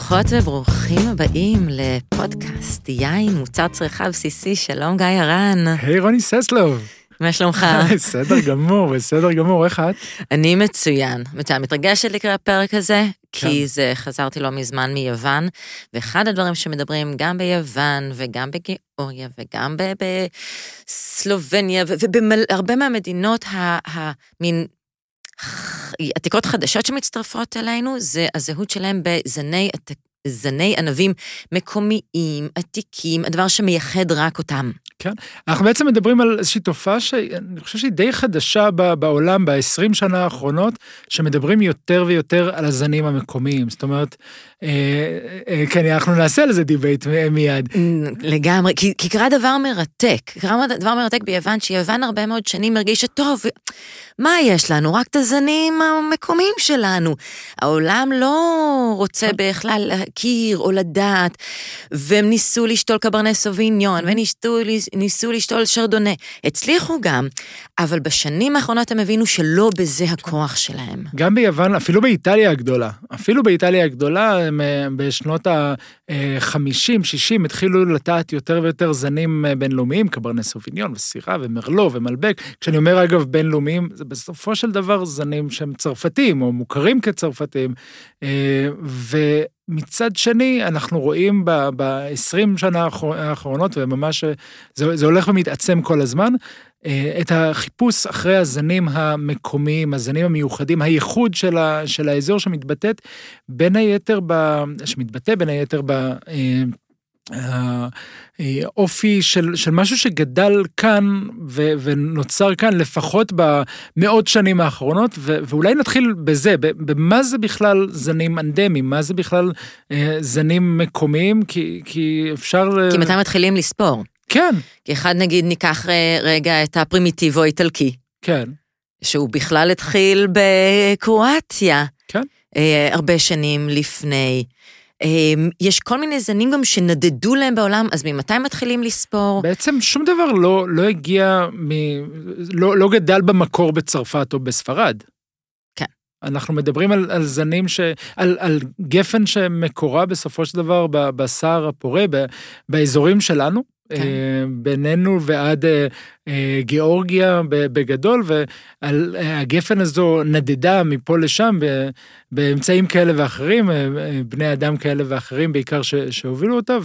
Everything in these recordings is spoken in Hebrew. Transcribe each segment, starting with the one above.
ברוכות וברוכים הבאים לפודקאסט יין מוצר צריכה בסיסי. שלום גיא הרן. היי רוני ססלוב. מה שלומך? בסדר גמור, איך את? אני מצוין. מתרגשת לקרוא הפרק הזה, כי זה חזרתי לא מזמן מיוון, ואחד הדברים שמדברים גם ביוון וגם בגיאורגיה וגם בסלובניה ובהרבה מהמדינות המין עתיקות חדשות שמצטרפות אלינו, זה הזהות שלהם בזני ענבים מקומיים, עתיקים, הדבר שמייחד רק אותם. כן, אנחנו בעצם מדברים על איזושהי תופעה שאני חושב שהיא די חדשה בעולם ב-20 שנה האחרונות, שמדברים יותר ויותר על הזנים המקומיים, זאת אומרת, כן, אנחנו נעשה על זה דיבייט מיד. לגמרי, כי קרה דבר מרתק ביוון, שיוון הרבה מאוד שנים הרגישה טוב, מה יש לנו? רק את הזנים המקומיים שלנו. העולם לא רוצה בכלל להכיר או לדעת, והם ניסו לשתול קברנה סוביניון, וניסו לשתול שרדונה. הצליחו גם, אבל בשנים האחרונות הם הבינו שלא בזה הכוח שלהם. גם ביוון, אפילו באיטליה הגדולה, הם בשנות ה-50-60 התחילו לטעת יותר ויותר זנים בינלאומיים, קברנה סוביניון וסירה ומרלו ומלבק. כשאני אומר אגב בינלאומיים, זה בסופו של דבר זנים שהם צרפתיים או מוכרים כצרפתיים, ומצד שני אנחנו רואים ב-20 שנה האחרונות, וממש זה הולך ומתעצם כל הזמן, את החיפוש אחרי הזנים המקומיים, הזנים המיוחדים, הייחוד של האזור שמתבטא בין היתר האופי של משהו שגדל כאן ונוצר כאן לפחות במאות שנים האחרונות, ואולי נתחיל בזה, במה זה בכלל זנים אנדמיים, מה זה בכלל זנים מקומיים, כי אפשר... כי מתי מתחילים לספור? כן. כי אחד נגיד ניקח רגע את הפרימיטיבו האיטלקי. כן. שהוא בכלל התחיל בקרואטיה. כן. הרבה שנים לפני. יש כל מיני זנים גם שנדדו להם בעולם, אז ממתי מתחילים לספור? בעצם שום דבר לא הגיע, לא גדל במקור בצרפת או בספרד. כן. אנחנו מדברים על זנים, על גפן שמקורה בסופו של דבר בסהר הפורה, באזורים שלנו, כן. בינינו ועד גיאורגיה בגדול, והגפן הזו נדדה מפה לשם באמצעים כאלה ואחרים, בני אדם כאלה ואחרים בעיקר שהובילו אותה,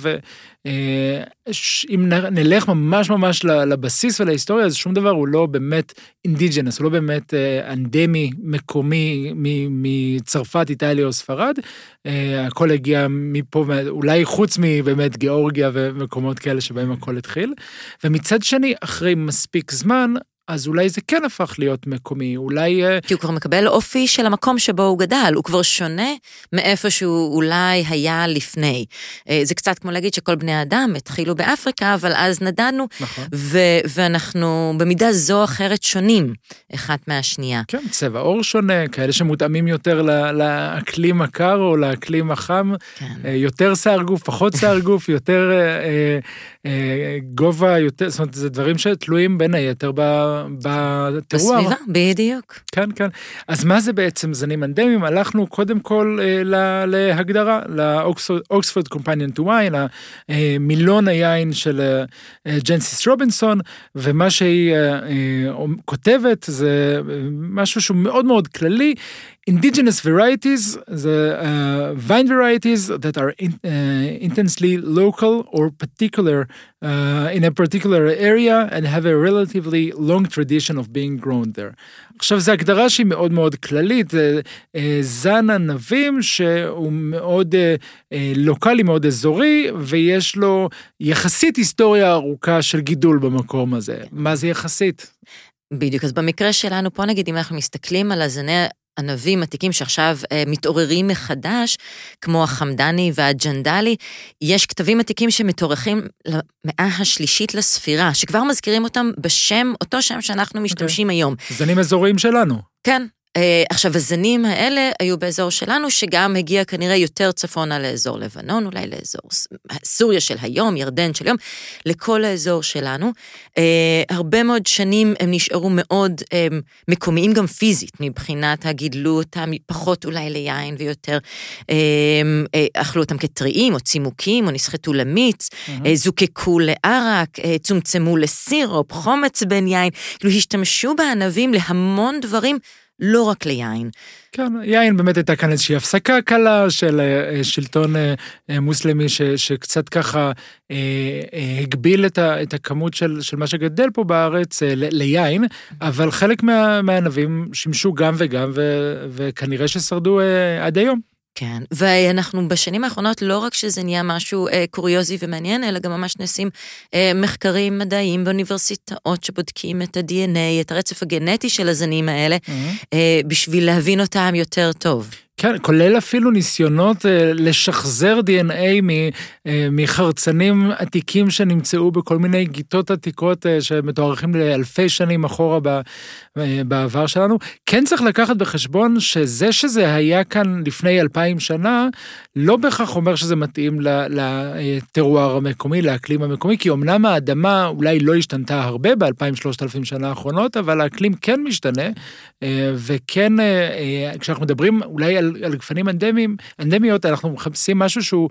ואם נלך ממש לבסיס ולהיסטוריה, אז שום דבר הוא לא באמת אינדיג'נס, הוא לא באמת אנדמי, מקומי, מצרפת, איטליה או ספרד, הכל הגיע מפה, אולי חוץ מבאמת גיאורגיה ומקומות כאלה שבהם הכל התחיל, ומצד שני, אחרי מספיק זמן, אז אולי זה כן הפך להיות מקומי, אולי... כי הוא כבר מקבל אופי של המקום שבו הוא גדל, הוא כבר שונה מאיפה שהוא אולי היה לפני. זה קצת כמו להגיד שכל בני האדם התחילו באפריקה, אבל אז נדדנו, נכון. ואנחנו במידה זו או אחרת שונים, אחת מהשנייה. כן, צבע אור שונה, כאלה שמותאמים יותר לאקלים הקר או לאקלים החם, כן. יותר שיער גוף, פחות שיער גוף, יותר גובה, יותר, זאת אומרת, זה דברים שתלויים בין היתר בתרואר. בסביבה, בדיוק. כן, כן. אז מה זה בעצם זנים אנדמיים? הלכנו קודם כל להגדרה, לאוקספורד קומפניון טו ויין, מילון היין של ג'נסיס רובינסון, ומה שהיא כותבת זה משהו שהוא מאוד מאוד כללי, indigenous varieties, the vine varieties that are intensely local or particular in a particular area and have a relatively long tradition of being grown there. עכשיו, זו הגדרה שהיא מאוד מאוד כללית, זה זן ענבים שהוא מאוד לוקלי, מאוד אזורי, ויש לו יחסית היסטוריה ארוכה של גידול במקום הזה. מה זה יחסית? בדיוק, אז במקרה שלנו, פה נגיד, אם אנחנו מסתכלים על הזני ענבים עתיקים שעכשיו מתעוררים מחדש, כמו החמדני והג'נדלי, יש כתבים עתיקים שמתוארכים למאה השלישית לספירה, שכבר מזכירים אותם בשם, אותו שם שאנחנו משתמשים היום. זנים אזוריים שלנו. כן, עכשיו, הזנים האלה היו באזור שלנו, שגם הגיע כנראה יותר צפונה לאזור לבנון, אולי לאזור סוריה של היום, ירדן של היום, לכל האזור שלנו. הרבה מאוד שנים הם נשארו מאוד מקומיים גם פיזית, מבחינת הגידלו אותם פחות אולי ליין ויותר, אכלו אותם כטריים או צימוקים, או נסחטו למיץ, זוקקו לערק, צומצמו לסירופ, חומץ בין יין, כאילו השתמשו בענבים להמון דברים, לא רק ליין. כן, יין באמת הייתה כאן איזושהי הפסקה קלה של שלטון מוסלמי שקצת ככה הגביל את הכמות של מה שגדל פה בארץ ליין, אבל חלק מהענבים שימשו גם וגם, וכנראה ששרדו עד היום. כן, ואנחנו בשנים האחרונות לא רק שזה נהיה משהו קוריוזי ומעניין, אלא גם ממש נעשים מחקרים מדעיים באוניברסיטאות שבודקים את ה-DNA, את הרצף הגנטי של הזנים האלה, בשביל להבין אותם יותר טוב. כן, כולל אפילו ניסיונות לשחזר DNA מחרצנים עתיקים שנמצאו בכל מיני גיטות עתיקות שמתוארכים לאלפי שנים אחורה בעבר שלנו. כן צריך לקחת בחשבון שזה היה כאן לפני 2000 שנה, לא בהכרח אומר שזה מתאים לטרואר המקומי, לאקלים המקומי, כי אמנם האדמה אולי לא השתנתה הרבה ב-2000-3000 שנה האחרונות, אבל האקלים כן משתנה, וכן, כשאנחנו מדברים אולי על גפנים אנדמיות, אנחנו מחפשים משהו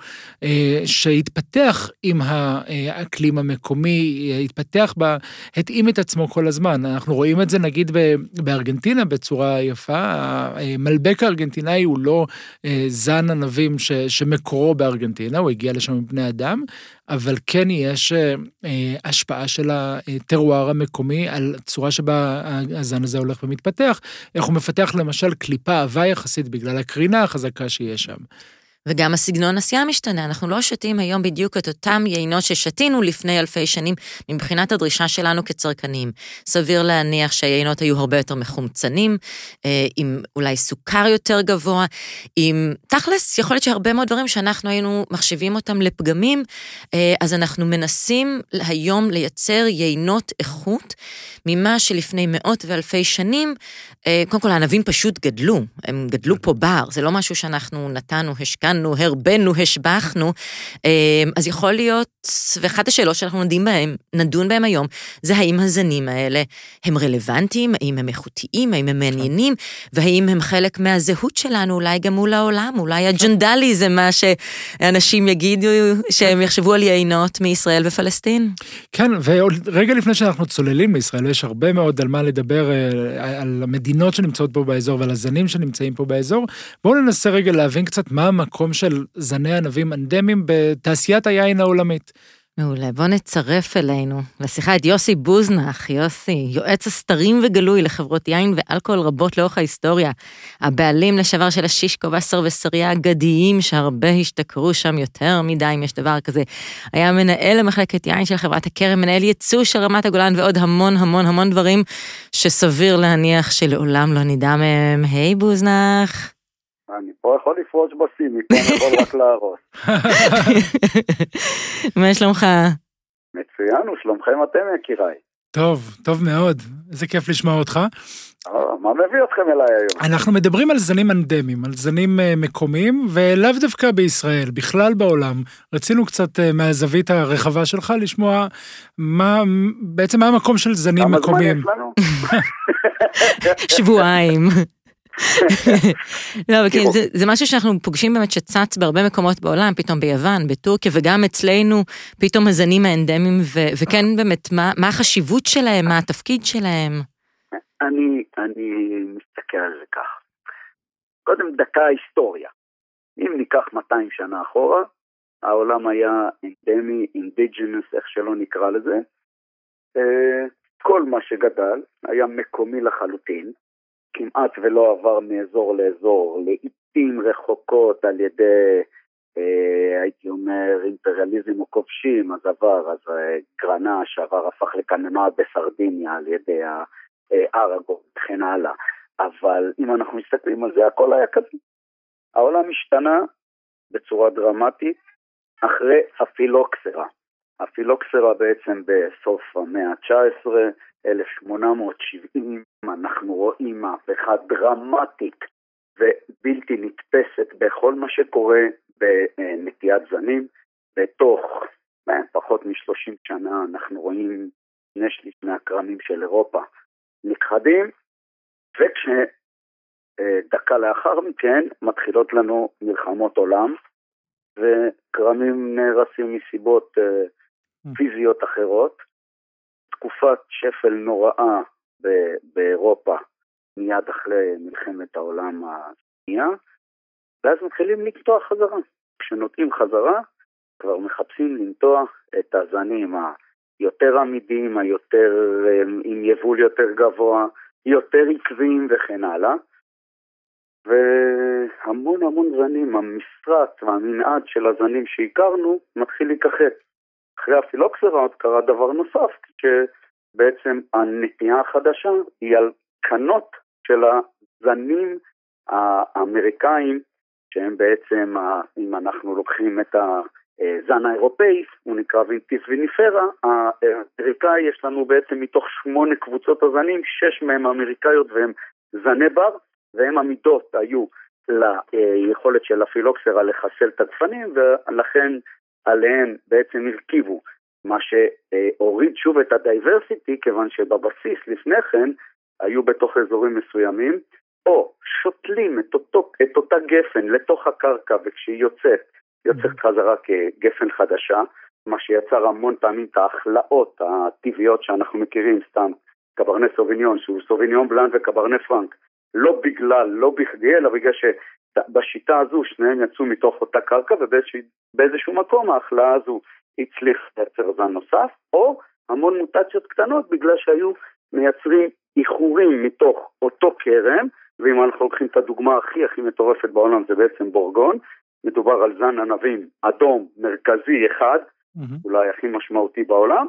שהתפתח עם האקלים המקומי, התאים את עצמו כל הזמן. אנחנו רואים את זה נגיד בארגנטינה בצורה יפה, המלבק הארגנטינאי הוא לא זן ענבים שמקורו בארגנטינה, הוא הגיע לשם מבני אדם, אבל כן יש השפעה של הטרואר המקומי על צורה שבה הזן הזה הולך ומתפתח, איך הוא מפתח למשל קליפה עבה יחסית בגלל הקרינה החזקה שיש שם. וגם הסגנון עשייה משתנה, אנחנו לא שתים היום בדיוק את אותם יינות ששתינו לפני אלפי שנים, מבחינת הדרישה שלנו כצרכנים. סביר להניח שהיינות היו הרבה יותר מחומצנים, עם אולי סוכר יותר גבוה, עם תכלס, יכול להיות שהרבה מאוד דברים שאנחנו היינו מחשבים אותם לפגמים, אז אנחנו מנסים היום לייצר יינות איכות, ממה שלפני מאות ואלפי שנים, קודם כל הענבים פשוט גדלו, הם גדלו פה בר, זה לא משהו שאנחנו נתנו, השקענו, הרבנו, השבחנו, אז יכול להיות, ואחת השאלות שאנחנו נדון בהם היום, זה האם הזנים האלה הם רלוונטיים, האם הם איכותיים, האם הם מעניינים, והאם הם חלק מהזהות שלנו, אולי גם מול העולם, אולי הג'נדלי זה מה שאנשים יגידו, שהם יחשבו על יינות מישראל ופלסטין. כן, ורגע לפני שאנחנו צוללים לישראל, יש הרבה מאוד על מה לדבר, על המדינות שנמצאות פה באזור ועל הזנים שנמצאים פה באזור. בואו ננסה רגע להבין קצת מה המקום של זני ענבים אנדמיים בתעשיית היין העולמית. מעולה, בוא נצרף אלינו לשיחה את יוסי בוזנח, יוסי, יועץ הסתרים וגלוי לחברות יין ואלכוהול רבות לאורך ההיסטוריה, הבעלים לשעבר של השישקו וסר וסריה האגדיים שהרבה השתכרו שם יותר מדי אם יש דבר כזה, היה מנהל למחלקת יין של חברת הכרם, מנהל ייצוא של רמת הגולן ועוד המון המון המון דברים שסביר להניח שלעולם לא נדע מהם. היי בוזנח. אני פה יכול לפרוץ בסים, מפה אני יכול רק להרוס. מה שלומך? מצוין, ושלומכם אתם יקיריי. טוב, טוב מאוד. איזה כיף לשמוע אותך. מה מביא אתכם אליי היום? אנחנו מדברים על זנים אנדמיים, על זנים מקומיים, ולאו דווקא בישראל, בכלל בעולם. רצינו קצת מהזווית הרחבה שלך לשמוע בעצם מה המקום של זנים מקומיים. כמה זמן יש לנו? שבועיים. לא, כי זה משהו שאנחנו פוגשים באמת שצץ בהרבה מקומות בעולם, פתאום ביוון, בטורקיה, וגם אצלנו פתאום הזנים האנדמיים, וכן באמת, מה החשיבות שלהם, מה התפקיד שלהם? אני מסתכל על זה כך. קודם דקה היסטוריה. אם ניקח 200 שנה אחורה, העולם היה אנדמי, אינדיג'נס, איך שלא נקרא לזה. כל מה שגדל היה מקומי לחלוטין, כמעט ולא עבר מאזור לאזור, לעיתים רחוקות על ידי, הייתי אומר, אימפריאליזם או כובשים, אז עבר, אז גרנה שעבר הפך לקנמה בסרדיניה על ידי הארגו וכן הלאה. אבל אם אנחנו מסתכלים על זה, הכל היה כזה. העולם השתנה בצורה דרמטית אחרי הפילוקסרה. הפילוקסרה בעצם בסוף המאה ה-19, 1870, אנחנו רואים מהפכה דרמטית ובלתי נתפסת בכל מה שקורה בנטיית זנים. בתוך פחות מ-30 שנה אנחנו רואים 2/3 מהכרמים של אירופה נכחדים, וכשדקה לאחר מכן מתחילות לנו מלחמות עולם, וכרמים נהרסים מסיבות פיזיות אחרות. תקופת שפל נוראה באירופה מיד אחרי מלחמת העולם השנייה, ואז מתחילים לקטוע חזרה. כשנוטעים חזרה, כבר מחפשים לנטוע את הזנים היותר עמידים, היותר עם יבול יותר גבוה, יותר עקביים וכן הלאה. והמון זנים, המשרת והמנעד של הזנים שהכרנו מתחיל להיכחד. אחרי הפילוקסרה עוד קרה דבר נוסף, שבעצם הנטייה החדשה היא על קנות של הזנים האמריקאים, שהם בעצם, אם אנחנו לוקחים את הזן האירופאי, הוא נקרא וינטיס ויניפרה, האמריקאי יש לנו בעצם מתוך 8 קבוצות הזנים, 6 מהם אמריקאיות והם זני בר, והם עמידות היו ליכולת של הפילוקסרה לחסל את הגפנים, ולכן עליהם בעצם הרכיבו, מה שהוריד שוב את הדייברסיטי, כיוון שבבסיס לפני כן היו בתוך אזורים מסוימים, או שותלים את אותה גפן לתוך הקרקע, וכשהיא יוצאת חזרה כגפן חדשה, מה שיצר המון פעמים את ההחלאות הטבעיות שאנחנו מכירים, סתם קברנה סוביניון, שהוא סוביניון בלאן וקברנה פרנק, לא בכדי, אלא בגלל שבשיטה הזו שניהם יצאו מתוך אותה קרקע, ובאיזשהו מקום ההחלאה הזו הצליח לייצר זן נוסף, או המון מוטציות קטנות, בגלל שהיו מייצרים איחורים מתוך אותו קרם, ואם אנחנו לוקחים את הדוגמה הכי מטורפת בעולם, זה בעצם בורגון, מדובר על זן ענבים אדום מרכזי אחד, אולי הכי משמעותי בעולם,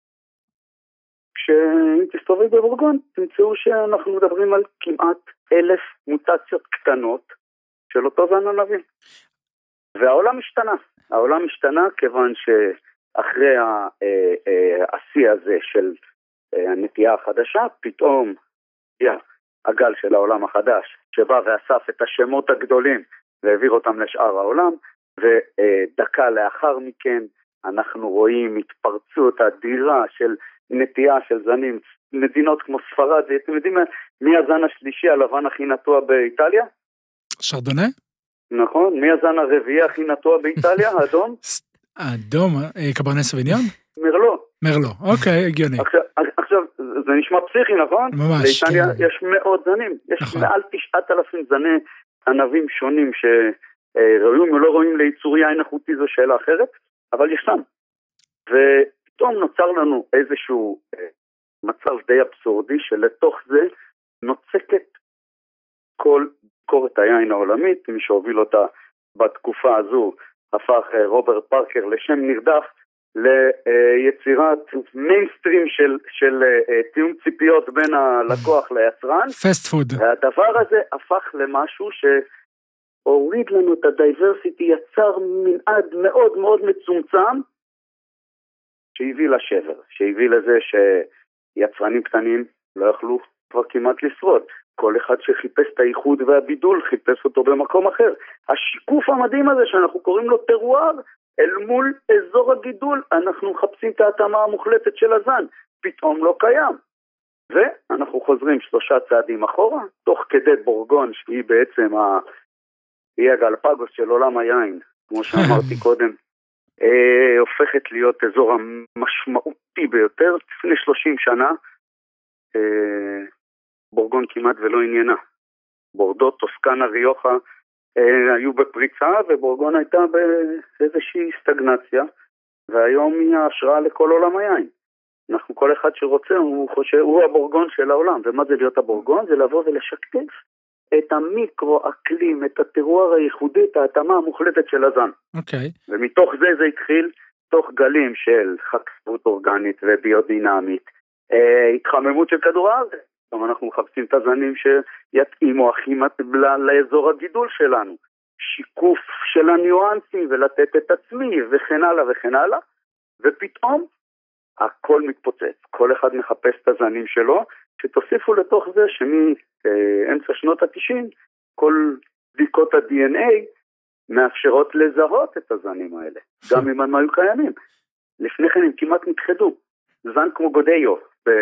כשאם תסתובב בבורגון, תמצאו שאנחנו מדברים על כמעט 1,000 מוטציות קטנות של אותו זן ענבים. והעולם השתנה כיוון שאחרי השיא הזה של הנטייה החדשה, פתאום הגל של העולם החדש, שבא ואסף את השמות הגדולים והעביר אותם לשאר העולם, ודקה לאחר מכן אנחנו רואים התפרצות אדירה של נטייה של זנים, מדינות כמו ספרד, אתם יודעים מי הזן השלישי הלבן הכי נטוע באיטליה? שרדונה? נכון, מי הזן הרביעי הכי נטוע באיטליה, האדום? האדום, קברנה סוביניון? מרלו, אוקיי, הגיוני. עכשיו, זה נשמע פסיכי, נכון? ממש. באיטליה יש מאות זנים, יש מעל 9,000 זני ענבים שונים שראויים או לא ראויים לייצור יין איכותי, זו שאלה אחרת, אבל ישנם. ופתאום נוצר לנו איזשהו מצב די אבסורדי, שלתוך זה נוצקת כל ביקורת היין העולמית, מי שהוביל אותה בתקופה הזו, הפך רוברט פארקר לשם נרדף, ליצירת מיינסטרים של תיאום ציפיות בין הלקוח ליצרן. פסט פוד. והדבר הזה הפך למשהו שהוריד לנו את הדייברסיטי, יצר מנעד מאוד מאוד מצומצם, שהביא לשבר, שהביא לזה שיצרנים קטנים לא יכלו כבר כמעט לשרוד. כל אחד שחיפש את הייחוד והבידול, חיפש אותו במקום אחר. השיקוף המדהים הזה שאנחנו קוראים לו טרואר, אל מול אזור הגידול, אנחנו מחפשים את ההתאמה המוחלטת של הזן, פתאום לא קיים. ואנחנו חוזרים 3 צעדים אחורה, תוך כדי בורגון, שהיא בעצם היא הגלפגוס של עולם היין, כמו שאמרתי קודם, הופכת להיות אזור המשמעותי ביותר. לפני 30 שנה, בורגון כמעט ולא עניינה. בורדו, טוסקנה, ריוחה, היו בפריצה, ובורגון הייתה באיזושהי סטגנציה, והיום היא ההשראה לכל עולם היין. אנחנו, כל אחד שרוצה, הוא חושב, הוא הבורגון של העולם. ומה זה להיות הבורגון? זה לבוא ולשקף את המיקרו-אקלים, את הטרואר הייחודי, את ההתאמה המוחלטת של הזן. אוקיי. ומתוך זה התחיל תוך גלים של חקלאות אורגנית וביודינמית, התחממות של כדור הארץ. אנחנו מחפשים את הזנים שיתאימו הכי לאזור הגידול שלנו, שיקוף של הניואנסים ולתת את עצמי וכן הלאה וכן הלאה. ופתאום הכל מתפוצץ, כל אחד מחפש את הזנים שלו, שתוסיפו לתוך זה שמאמצע שנות ה-90, כל בדיקות ה-DNA מאפשרות לזהות את הזנים האלה, גם אם הם היו קיימים. לפני כן הם כמעט נכחדו. זן כמו גודיו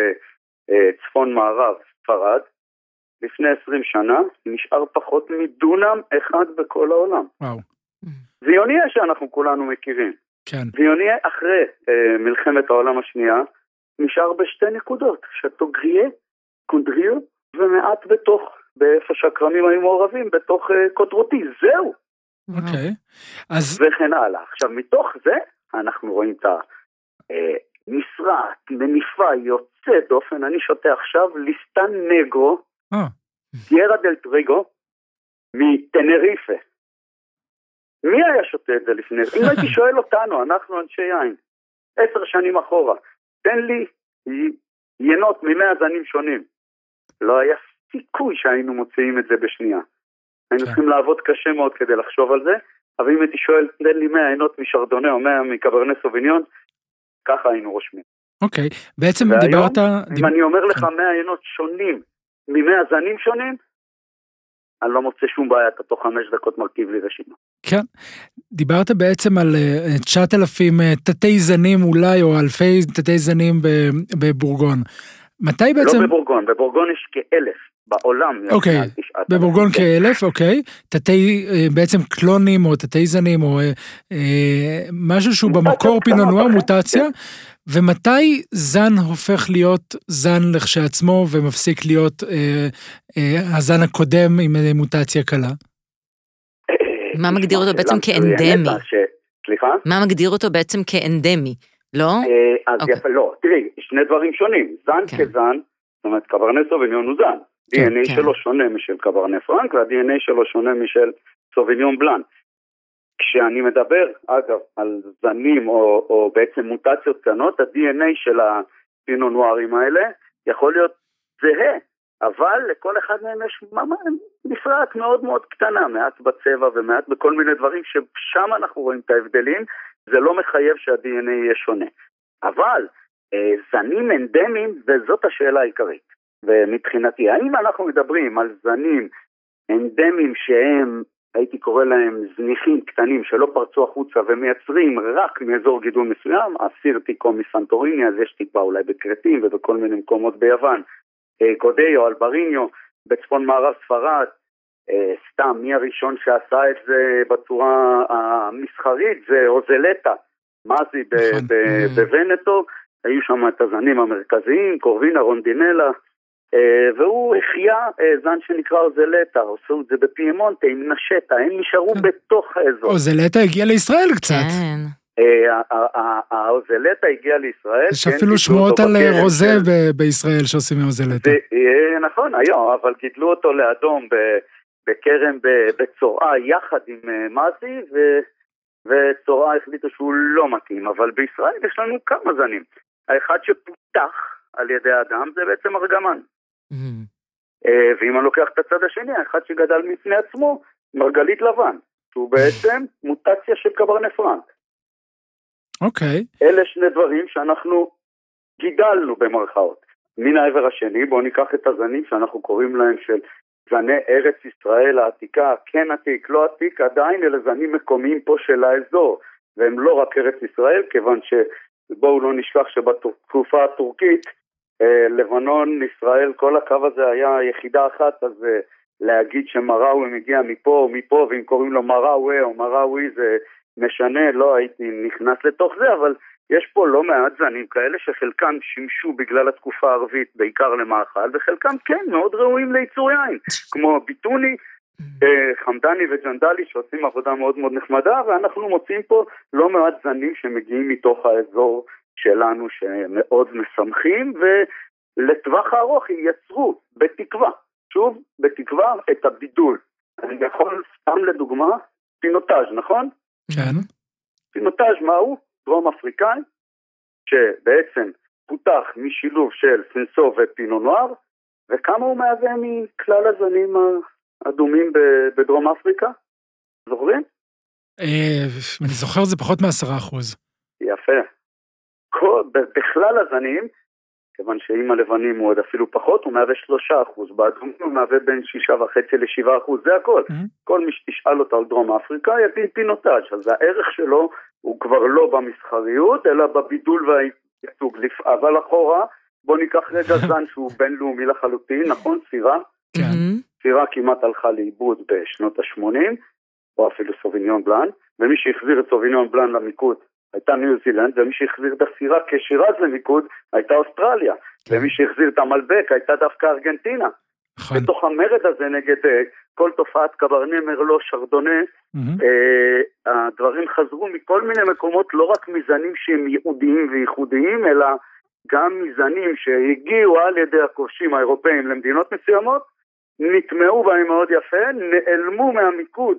בצפון מערב ספרד, לפני 20 שנה נשאר פחות מדונם אחד בכל העולם. וואו. ויוניה שאנחנו כולנו מכירים. כן. ויוניה אחרי מלחמת העולם השנייה נשאר בשתי נקודות, שטו גריה, קונדריו, ומעט בתוך, באיפה שהקרמים היו מעורבים, בתוך קוטרותי, זהו. אוקיי. אז... וכן הלאה. עכשיו, מתוך זה, אנחנו רואים את המשרה, מניפה, יוצא דופן, אני שותה עכשיו ליסטן נגרו, טיארה דל טריגו, מטנריפה. מי היה שותה את זה לפני? אם הייתי שואל אותנו, אנחנו אנשי יין, 10 שנים אחורה, תן לי ינות מ100 זנים שונים. לא היה סיכוי שהיינו מוציאים את זה בשנייה. היינו צריכים לעבוד קשה מאוד כדי לחשוב על זה, אבל אם הייתי שואל, תן לי 100 ינות משרדונה או 100 מקברנה סוביניון, ככה היינו רושמים. אוקיי, בעצם דיברת... אם אני אומר לך 100 ינות שונים, מ100 זנים שונים, אני לא מוצא שום בעיה, אתה תוך 5 דקות מרכיב לי רשימה. כן, דיברת בעצם על 9,000 תתי זנים אולי, או אלפי תתי זנים בבורגון. מתי בעצם... לא בבורגון, בבורגון יש כ1,000 בעולם. אוקיי, בבורגון כ1,000, אוקיי. תתי בעצם קלונים או תתי זנים, או משהו שהוא במקור פינו נואר, מוטציה. ומתי זן הופך להיות זן לכשעצמו, ומפסיק להיות הזן הקודם עם מוטציה קלה? מה מגדיר אותו בעצם כאנדמי? סליחה? מה מגדיר אותו בעצם כאנדמי, לא? אז יפה, לא, תראי, שני דברים שונים, זן כזן, זאת אומרת, קברנה סוביניון הוא זן, DNA שלו שונה משל קברנה פרנק, וה-DNA שלו שונה משל סוביניון בלאן. כשאני מדבר, אגב, על זנים או בעצם מוטציות קטנות, ה-DNA של הפינו נוארים האלה יכול להיות זהה, אבל לכל אחד מהם יש נפרעת מאוד מאוד קטנה, מעט בצבע ומעט בכל מיני דברים ששם אנחנו רואים את ההבדלים, זה לא מחייב שה-DNA יהיה שונה. אבל זנים אנדמיים, וזאת השאלה העיקרית. ומבחינתי, האם אנחנו מדברים על זנים אנדמיים שהם, הייתי קורא להם זניחים קטנים שלא פרצו החוצה ומייצרים רק מאזור גידול מסוים, אסירטיקו מסנטוריני, אז יש טיפה אולי בקרטים ובכל מיני מקומות ביוון, גודיו, אלבריניו, בצפון מערב ספרד, סתם, מי הראשון שעשה את זה בצורה המסחרית, זה אוזלטה, מזי בוונטו, היו שם את הזנים המרכזיים, קורבינה, רונדינלה, והוא החיה זן שנקרא אוזלטה, עשו את זה בפיימונטה, עם נשטה, הם נשארו בתוך האזור. אוזלטה הגיע לישראל קצת. האוזלטה הגיע לישראל. יש אפילו שמועות על רוזה בישראל שעושים מאוזלטה. נכון, היום, אבל גידלו אותו לאדום בקרם בצורעה יחד עם מזי, וצורעה החליטו שהוא לא מתאים, אבל בישראל יש לנו כמה זנים. האחד שפותח על ידי האדם זה בעצם ארגמן. ואם אני לוקח את הצד השני, האחד שגדל מפני עצמו, מרגלית לבן, שהוא בעצם מוטציה של קברנה פרנק. אוקיי. אלה שני דברים שאנחנו גידלנו במרכאות. מן העבר השני, בואו ניקח את הזנים שאנחנו קוראים להם של זני ארץ ישראל העתיקה, כן עתיק, לא עתיק, עדיין אלה זנים מקומיים פה של האזור, והם לא רק ארץ ישראל, כיוון שבואו לא נשכח שבתקופה הטורקית, לבנון, ישראל, כל הקו הזה היה יחידה אחת, אז להגיד שמראווי מגיע מפה או מפה, ואם קוראים לו מראווי או מראווי זה משנה, לא הייתי נכנס לתוך זה, אבל יש פה לא מעט זנים כאלה שחלקם שימשו בגלל התקופה הערבית בעיקר למאכל, וחלקם כן מאוד ראויים לייצור יין, כמו ביטוני, חמדני וג'נדלי שעושים עבודה מאוד מאוד נחמדה, ואנחנו מוצאים פה לא מעט זנים שמגיעים מתוך האזור שלנו שמאוד משמחים, ולטווח הארוך ייצרו בתקווה, שוב בתקווה את הבידול. אני יכול סתם לדוגמה פינוטאז', נכון? כן. פינוטאז' מהו? דרום אפריקאי, שבעצם פותח משילוב של סנסו ופינו נואר, וכמה הוא מהווה מכלל הזנים האדומים בדרום אפריקה? זוכרים? אני זוכר זה פחות מ10%. יפה. בכלל הזנים, כיוון שאם הלבנים הוא עוד אפילו פחות, הוא מהווה 3%, באדומים הוא מהווה בין 6.5% ל7%, זה הכל. כל מי שתשאל אותה על דרום אפריקה יבין פינוטאז', אז הערך שלו הוא כבר לא במסחריות, אלא בבידול והייצוג. אבל אחורה, בוא ניקח רגע זן שהוא בינלאומי לחלוטין, נכון? סירה? כן. סירה כמעט הלכה לאיבוד בשנות ה-80, או אפילו סוביניון בלאן, ומי שהחזיר את סוביניון בלאן למיקוד הייתה ניו זילנד, ומי שהחזיר את הסירה כשירז למיקוד הייתה אוסטרליה, ומי שהחזיר את המלבק הייתה דווקא ארגנטינה. בתוך המרד הזה נגד כל תופעת קברני מרלו, שרדונה, הדברים חזרו מכל מיני מקומות, לא רק מזנים שהם ייעודיים וייחודיים, אלא גם מזנים שהגיעו על ידי הכובשים האירופאים למדינות מסוימות, נטמעו בהם מאוד יפה, נעלמו מהמיקוד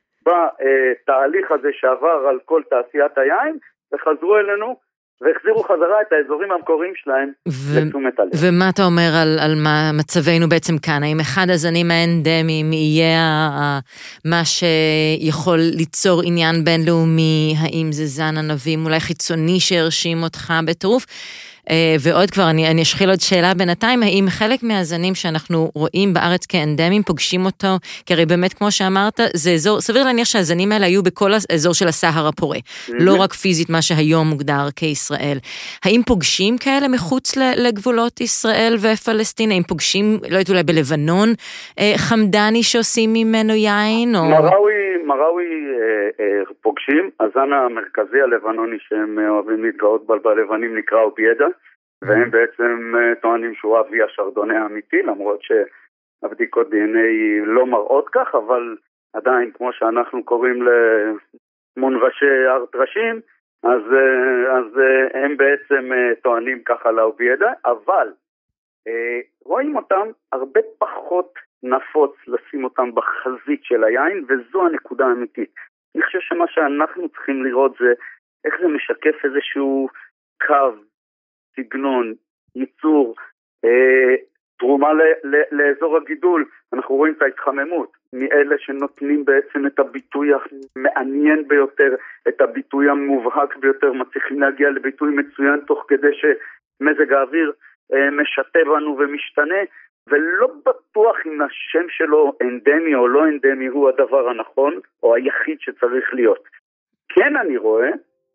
בתהליך הזה שעבר על כל תעשיית היין, וחזרו אלינו, והחזירו חזרה את האזורים המקוריים שלהם לתשומת הלב. ומה אתה אומר על מה מצבנו בעצם כאן? האם אחד הזנים האנדמיים יהיה מה שיכול ליצור עניין בינלאומי? האם זה זן ענבים אולי חיצוני שהרשים אותך בטירוף? ועוד כבר, אני אשחיל עוד שאלה בינתיים, האם חלק מהזנים שאנחנו רואים בארץ כאנדמיים פוגשים אותו, כי הרי באמת כמו שאמרת, זה אזור, סביר להניח שהזנים האלה היו בכל האזור של הסהר הפורה, לא רק פיזית מה שהיום מוגדר כישראל. האם פוגשים כאלה מחוץ לגבולות ישראל ופלסטין? האם פוגשים, לא יודעת אולי בלבנון, חמדני שעושים ממנו יין? מראוי פוגשים, הזן המרכזי הלבנוני שהם אוהבים להתגאות בלבנים נקרא אוביאדה, והם בעצם טוענים שהוא אבי השרדונה האמיתי, למרות שהבדיקות DNA לא מראות כך, אבל עדיין כמו שאנחנו קוראים למונבשי הר טרשים, אז הם בעצם טוענים ככה לאוביאדה, אבל רואים אותם הרבה פחות נפוץ לשים אותם בחזית של היין, וזו הנקודה האמיתית. אני חושב שמה שאנחנו צריכים לראות זה איך זה משקף איזשהו קו, סגנון, ייצור, תרומה לאזור הגידול. אנחנו רואים את ההתחממות מאלה שנותנים בעצם את הביטוי המעניין ביותר, את הביטוי המובהק ביותר, מצליחים להגיע לביטוי מצוין תוך כדי שמזג האוויר משתה בנו ומשתנה, ולא בטוח אם השם שלו אנדמי או לא אנדמי הוא הדבר הנכון או היחיד שצריך להיות. כן אני רואה,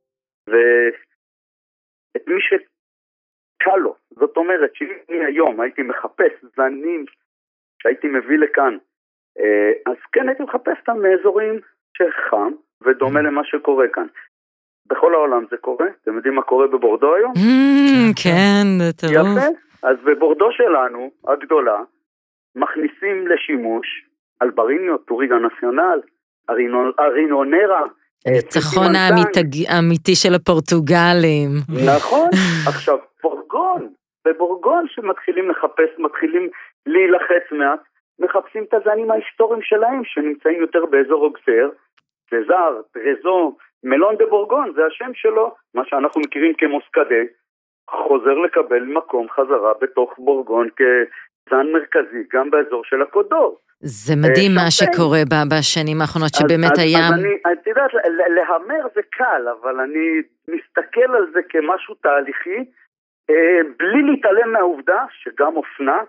ואת מי שקל לו, זאת אומרת שאני היום הייתי מחפש זנים שהייתי מביא לכאן, אז כן הייתי מחפש אותם מאזורים שחם ודומה למה שקורה כאן. בכל העולם זה קורה, אתם יודעים מה קורה בבורדו היום? כן, זה טוב. יפה. אז בבורדו שלנו, הגדולה, מכניסים לשימוש אלבריניות, טוריגה נציונל, ארינונרה. ניצחון האמיתי של הפורטוגלים. נכון. עכשיו, בבורגון שמתחילים לחפש, מתחילים להילחץ מעט, מחפשים את הזנים ההיסטוריים שלהם, שנמצאים יותר באזור אוגסר, סזר, טרזו, מלון דה בורגון, זה השם שלו, מה שאנחנו מכירים כמוסקדה, חוזר לקבל מקום חזרה בתוך בורגון כזן מרכזי, גם באזור של הקודור. זה מדהים מה שקורה בשנים האחרונות, שבאמת היה... אז את יודעת, להמר זה קל, אבל אני מסתכל על זה כמשהו תהליכי, בלי להתעלם מהעובדה שגם אופנה,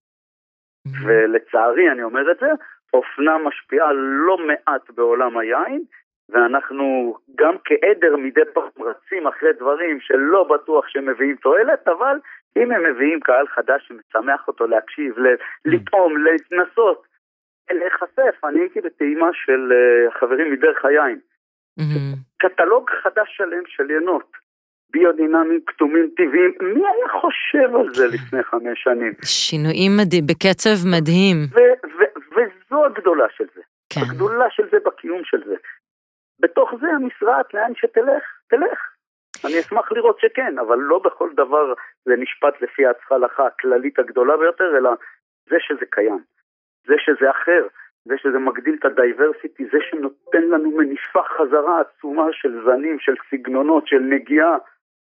ולצערי אני אומר את זה, אופנה משפיעה לא מעט בעולם היין, ואנחנו גם כעדר מדי פעם רצים אחרי דברים שלא בטוח שהם מביאים תועלת, אבל אם הם מביאים קהל חדש שמצמח אותו להקשיב, לטעום, להתנסות, להיחשף, אני הייתי בטעימה של חברים מדרך היין. קטלוג חדש שלם של ינות, ביודינמיים, כתומים טבעיים, מי היה חושב על זה לפני 5 שנים? שינויים מדהים, בקצב מדהים. וזו הגדולה של זה. כן. הגדולה של זה בקיום של זה. בתוך זה המשרד, לאן שתלך, תלך. אני אשמח לראות שכן, אבל לא בכל דבר זה נשפט לפי ההלכה הכללית הגדולה ביותר, אלא זה שזה קיים. זה שזה אחר, זה שזה מגדיל את הדייברסיטי, זה שנותן לנו מניפה חזרה עצומה של זנים, של סגנונות, של נגיעה.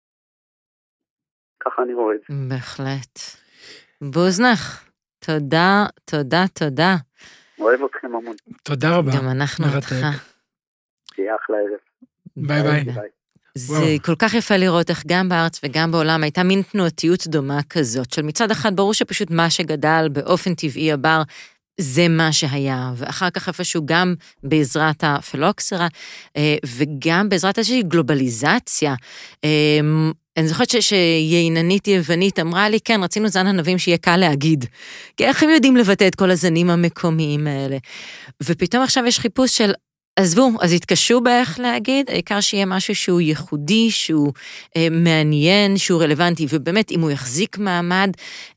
ככה אני רואה את זה. בהחלט. בוזנח, תודה, תודה, תודה. אוהב אתכם המון. תודה רבה. גם אנחנו אותך. תהיה אחלה ערב. ביי ביי. זה כל כך יפה לראות איך גם בארץ וגם בעולם הייתה מין תנועתיות דומה כזאת, של מצד אחד ברור שפשוט מה שגדל באופן טבעי הבר, זה מה שהיה, ואחר כך איפשהו גם בעזרת הפלוקסרה, וגם בעזרת איזושהי גלובליזציה. אני זוכרת שייננית יוונית אמרה לי, כן, רצינו זן ענבים שיהיה קל להגיד, כי איך הם יודעים לבטא את כל הזנים המקומיים האלה? ופתאום עכשיו יש חיפוש של, עזבו, אז התקשו באיך להגיד, העיקר שיהיה משהו שהוא ייחודי, שהוא מעניין, שהוא רלוונטי, ובאמת אם הוא יחזיק מעמד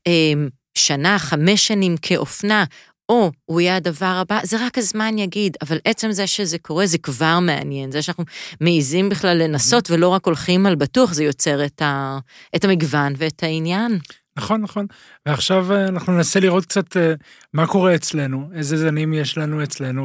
שנה, 5 שנים כאופנה, או הוא יהיה הדבר הבא, זה רק הזמן יגיד, אבל עצם זה שזה קורה, זה כבר מעניין, זה שאנחנו מעיזים בכלל לנסות, ולא רק הולכים על בטוח, זה יוצר את המגוון ואת העניין. נכון, נכון. ועכשיו אנחנו ננסה לראות קצת מה קורה אצלנו, איזה זנים יש לנו אצלנו,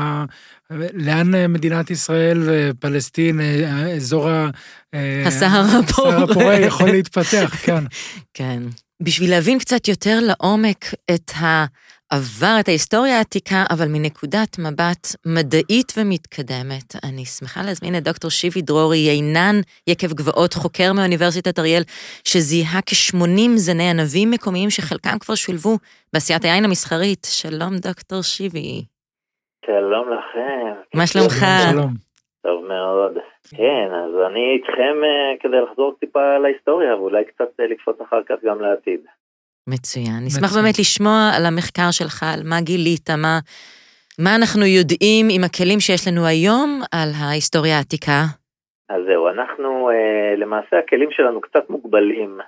לאן מדינת ישראל ופלסטין, אזור הסהר הפורה יכול להתפתח, כן. כן. בשביל להבין קצת יותר לעומק את העבר, את ההיסטוריה העתיקה, אבל מנקודת מבט מדעית ומתקדמת, אני שמחה להזמין את דוקטור שיבי דרורי, יינן יקב גבעות, חוקר מאוניברסיטת אריאל, שזיהה כ-80 זני ענבים מקומיים שחלקם כבר שולבו בעשיית היין המסחרית. שלום דוקטור שיבי. שלום לכם. מה שלומך? שלום. טוב מאוד. כן, אז אני איתכם כדי לחזור טיפה להיסטוריה, ואולי קצת לקפוץ אחר כך גם לעתיד. מצוין. נשמח באמת לשמוע על המחקר שלך, על מה גילית, מה אנחנו יודעים עם הכלים שיש לנו היום על ההיסטוריה העתיקה. אז זהו, אנחנו, למעשה הכלים שלנו קצת מוגבלים,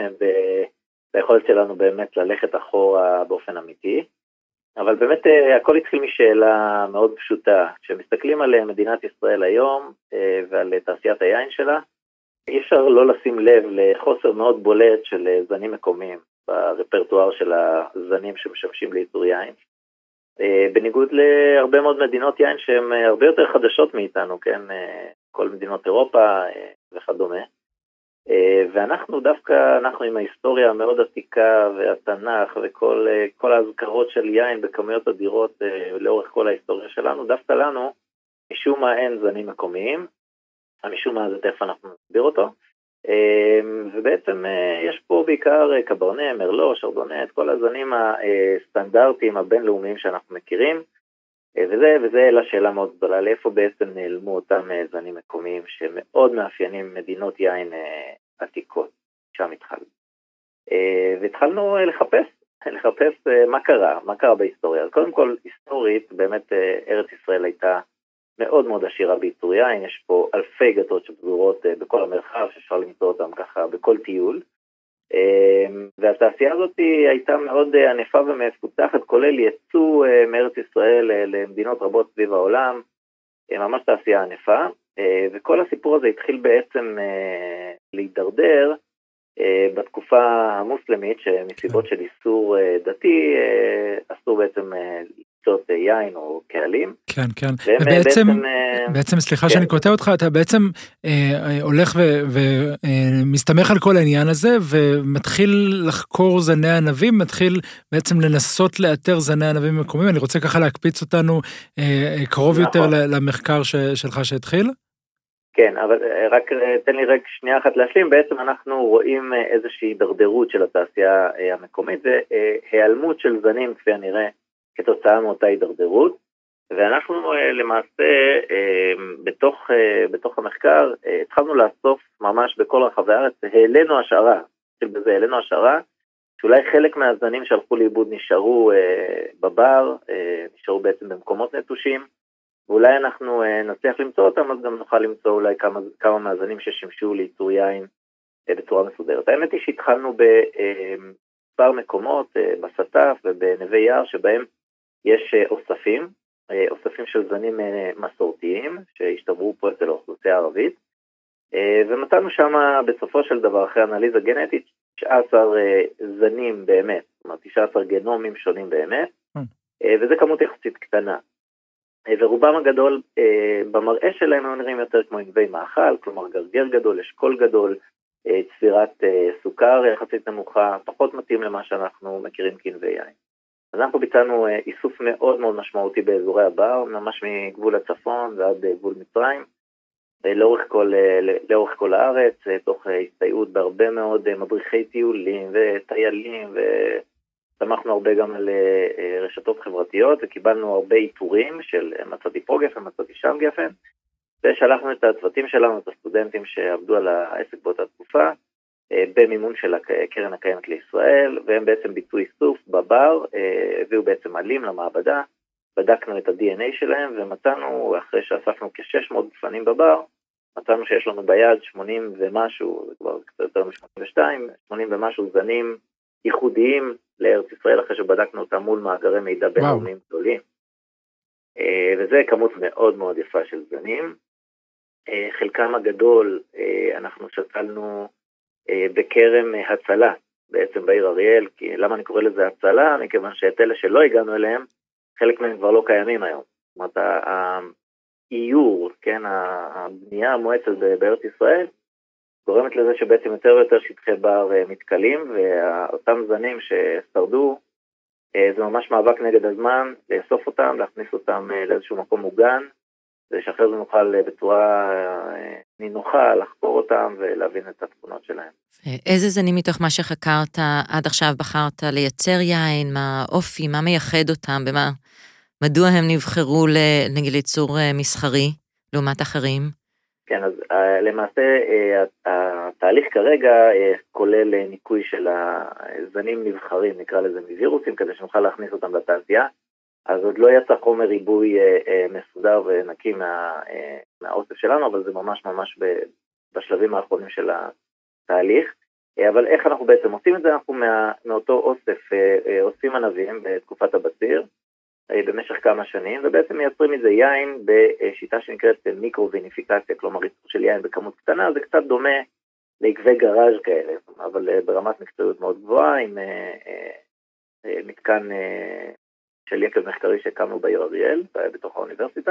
ביכולת שלנו באמת ללכת אחורה באופן אמיתי, אבל באמת הכל התחיל משאלה מאוד פשוטה. כשמסתכלים על מדינת ישראל היום ועל תעשיית היין שלה, אי אפשר לא לשים לב לחוסר מאוד בולט של זנים מקומיים ברפרטואר של הזנים שמשמשים לייצור יין. בניגוד להרבה מאוד מדינות יין שהן הרבה יותר חדשות מאיתנו, כן? כל מדינות אירופה וכדומה. ואנחנו דווקא, אנחנו עם ההיסטוריה המאוד עתיקה והתנ"ך וכל ההזכרות של יין בכמויות אדירות לאורך כל ההיסטוריה שלנו, דווקא לנו משום מה אין זנים מקומיים, משום מה זה תכף אנחנו נסביר אותו, ובעצם יש פה בעיקר קברנה, מרלו, שרדונה, את כל הזנים הסטנדרטיים הבינלאומיים שאנחנו מכירים, וזה לשאלה מאוד גדולה, לאיפה בעצם נעלמו אותם זנים מקומיים שמאוד מאפיינים מדינות יין עתיקות, שם התחלנו. והתחלנו לחפש מה קרה בהיסטוריה. אז קודם כל, היסטורית, באמת ארץ ישראל הייתה מאוד מאוד עשירה בייצור יין, יש פה אלפי גתות שפזורות בכל המרחב, שאפשר למצוא אותם ככה בכל טיול, והתעשייה הזאת הייתה מאוד ענפה ומפותחת, כולל יצוא מארץ ישראל למדינות רבות סביב העולם, ממש תעשייה ענפה, וכל הסיפור הזה התחיל בעצם להידרדר בתקופה המוסלמית, שמסיבות של איסור דתי, אסור בעצם לשתות יין או קהלים. כן, כן. ובעצם, סליחה שאני קוטע אותך, אתה בעצם הולך ומסתמך על כל העניין הזה, ומתחיל לחקור זני ענבים, מתחיל בעצם לנסות לאתר זני ענבים מקומיים. אני רוצה ככה להקפיץ אותנו קרוב יותר למחקר שלך שהתחיל. כן, אבל רק תן לי רק שנייה אחת להשלים, בעצם אנחנו רואים איזושהי דרדרות של התעשייה המקומית, והיעלמות של זנים כפי הנראה כתוצאה מאותה הידרדרות, ואנחנו למעשה בתוך המחקר התחלנו לאסוף ממש בכל רחבי הארץ, העלינו השערה, שאולי חלק מהזנים שהלכו לאיבוד נשארו בבר, נשארו בעצם במקומות נטושים, ואולי אנחנו נצליח למצוא אותם, אז גם נוכל למצוא אולי כמה מהזנים ששימשו לייצור יין בצורה מסודרת. האמת היא שהתחלנו במספר מקומות, בסטף ובנווה יער, שבהם יש אוספים של זנים מסורתיים, שהשתברו פה אצל האוכלוסייה הערבית, ומצאנו שם בסופו של דבר, אחרי אנליזה גנטית, 19 זנים באמת, זאת אומרת 19 גנומים שונים באמת, וזה כמות יחסית קטנה. ורובם הגדול במראה שלהם הם נראים יותר כמו ענבי מאכל, כלומר גרגר גדול, אשכול גדול, צבירת סוכר יחסית נמוכה, פחות מתאים למה שאנחנו מכירים כענבי יין. אז אנחנו ביצענו איסוף מאוד מאוד משמעותי באזורי הבר, ממש מגבול הצפון ועד גבול מצרים, לאורך כל הארץ, תוך הסתייעות בהרבה מאוד מדריכי טיולים וטיילים, ושמחנו הרבה גם על רשתות חברתיות, וקיבלנו הרבה איתורים של מצאתי פה גפן, מצאתי שם גפן, ושלחנו את הצוותים שלנו, את הסטודנטים שעבדו על העסק באותה תקופה, במימון של הקרן הקיימת לישראל, והם בעצם ביצעו איסוף בבר, הביאו בעצם עלים למעבדה, בדקנו את ה-DNA שלהם, ומצאנו, אחרי שאספנו כ-600 גפנים בבר, מצאנו שיש לנו ביד 80 ומשהו, זה כבר קצת יותר מ-82, 80 ומשהו זנים ייחודיים לארץ ישראל, אחרי שבדקנו אותם מול מאגרי מידע בינלאומיים גדולים. וזה כמות מאוד מאוד יפה של זנים. חלקם הגדול אנחנו שתלנו בכרם הצלה, בעצם בעיר אריאל, כי למה אני קורא לזה הצלה? מכיוון שאת אלה שלא הגענו אליהם, חלק מהם כבר לא קיימים היום. זאת אומרת, האיור, כן, הבנייה המואצת בארץ ישראל, גורמת לזה שבעצם יותר ויותר שטחי בר מתקלים, ואותם זנים ששרדו, זה ממש מאבק נגד הזמן, לאסוף אותם, להכניס אותם לאיזשהו מקום מוגן, ושאחרי זה נוכל בצורה נינוחה לחקור אותם ולהבין את התכונות שלהם. איזה זנים מתוך מה שחקרת עד עכשיו בחרת לייצר יין, מה אופי, מה מייחד אותם, מדוע הם נבחרו נגיד ליצור מסחרי לעומת אחרים? כן, אז למעשה התהליך כרגע כולל ניקוי של הזנים נבחרים, נקרא לזה מווירוסים, כדי שנוכל להכניס אותם לתעשייה. אז עוד לא יצא חומר ריבוי מסודר ונקי מהאוסף שלנו, אבל זה ממש ממש בשלבים האחרונים של התהליך. אבל איך אנחנו בעצם עושים את זה? אנחנו מאותו אוסף עושים ענבים בתקופת הבציר, במשך כמה שנים, ובעצם מייצרים מזה יין בשיטה שנקראת מיקרו-ויניפיקציה, כלומר ריצור של יין בכמות קטנה, זה קצת דומה לעקבי גראז' כאלה, אבל ברמת מקצועיות מאוד גבוהה, עם מתקן של יקב מחקרי שהקמנו בעיר אריאל, בתוך האוניברסיטה,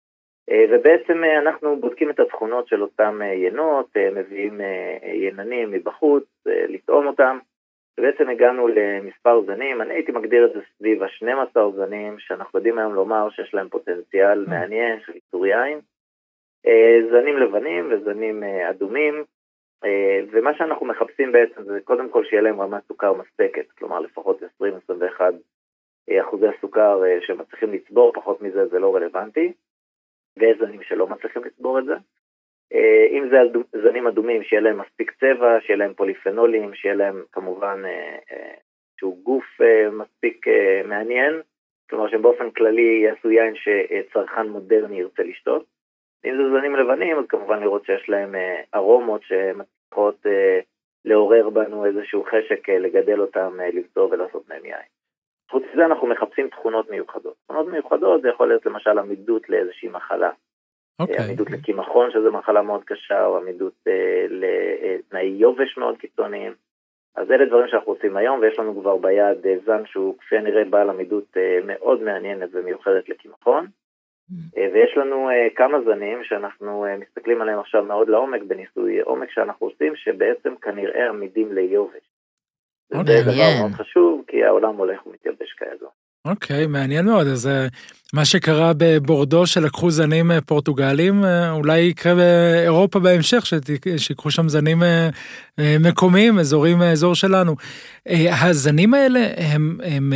ובעצם אנחנו בודקים את התכונות של אותם ינות, מביאים יננים מבחוץ, לטעום אותם, ובעצם הגענו למספר זנים, אני הייתי מגדיר את זה סביב ה-12 זנים, שאנחנו יודעים היום לומר שיש להם פוטנציאל מעניין של ייצור יין, זנים לבנים וזנים אדומים, ומה שאנחנו מחפשים בעצם זה קודם כל שיהיה להם רמת סוכר מספקת, כלומר לפחות 20-21 אחוזי הסוכר שמצליחים לצבור, פחות מזה זה לא רלוונטי, ויש זנים שלא מצליחים לצבור את זה. אם זה זנים אדומים, שיהיה להם מספיק צבע, שיהיה להם פוליפנולים, שיהיה להם כמובן שהוא גוף מספיק מעניין, כלומר שבאופן כללי יעשו יין שצרכן מודרני ירצה לשתות. אם זה זנים לבנים, אז כמובן לראות שיש להם ארומות שמצליחות לעורר בנו איזשהו חשק לגדל אותם, לבצור ולעשות מהם יין. חוץ מזה אנחנו מחפשים תכונות מיוחדות. תכונות מיוחדות זה יכול להיות למשל עמידות לאיזושהי מחלה. עמידות לכימחון, שזו מחלה מאוד קשה, או עמידות לתנאי יובש מאוד קיצוניים. אז אלה דברים שאנחנו עושים היום, ויש לנו כבר ביד זן שהוא כפי הנראה בעל עמידות מאוד מעניינת ומיוחדת לכימחון. ויש לנו כמה זנים שאנחנו מסתכלים עליהם עכשיו מאוד לעומק, בניסוי עומק שאנחנו עושים, שבעצם כנראה עמידים ליובש. זה דבר מאוד חשוב, כי העולם הולך ומתייבש כידוע. אוקיי, מעניין מאוד. אז מה שקרה בבורדו שלקחו זנים פורטוגלים, אולי יקרה באירופה בהמשך, שיקחו שם זנים מקומיים, אזור שלנו. הזנים האלה הם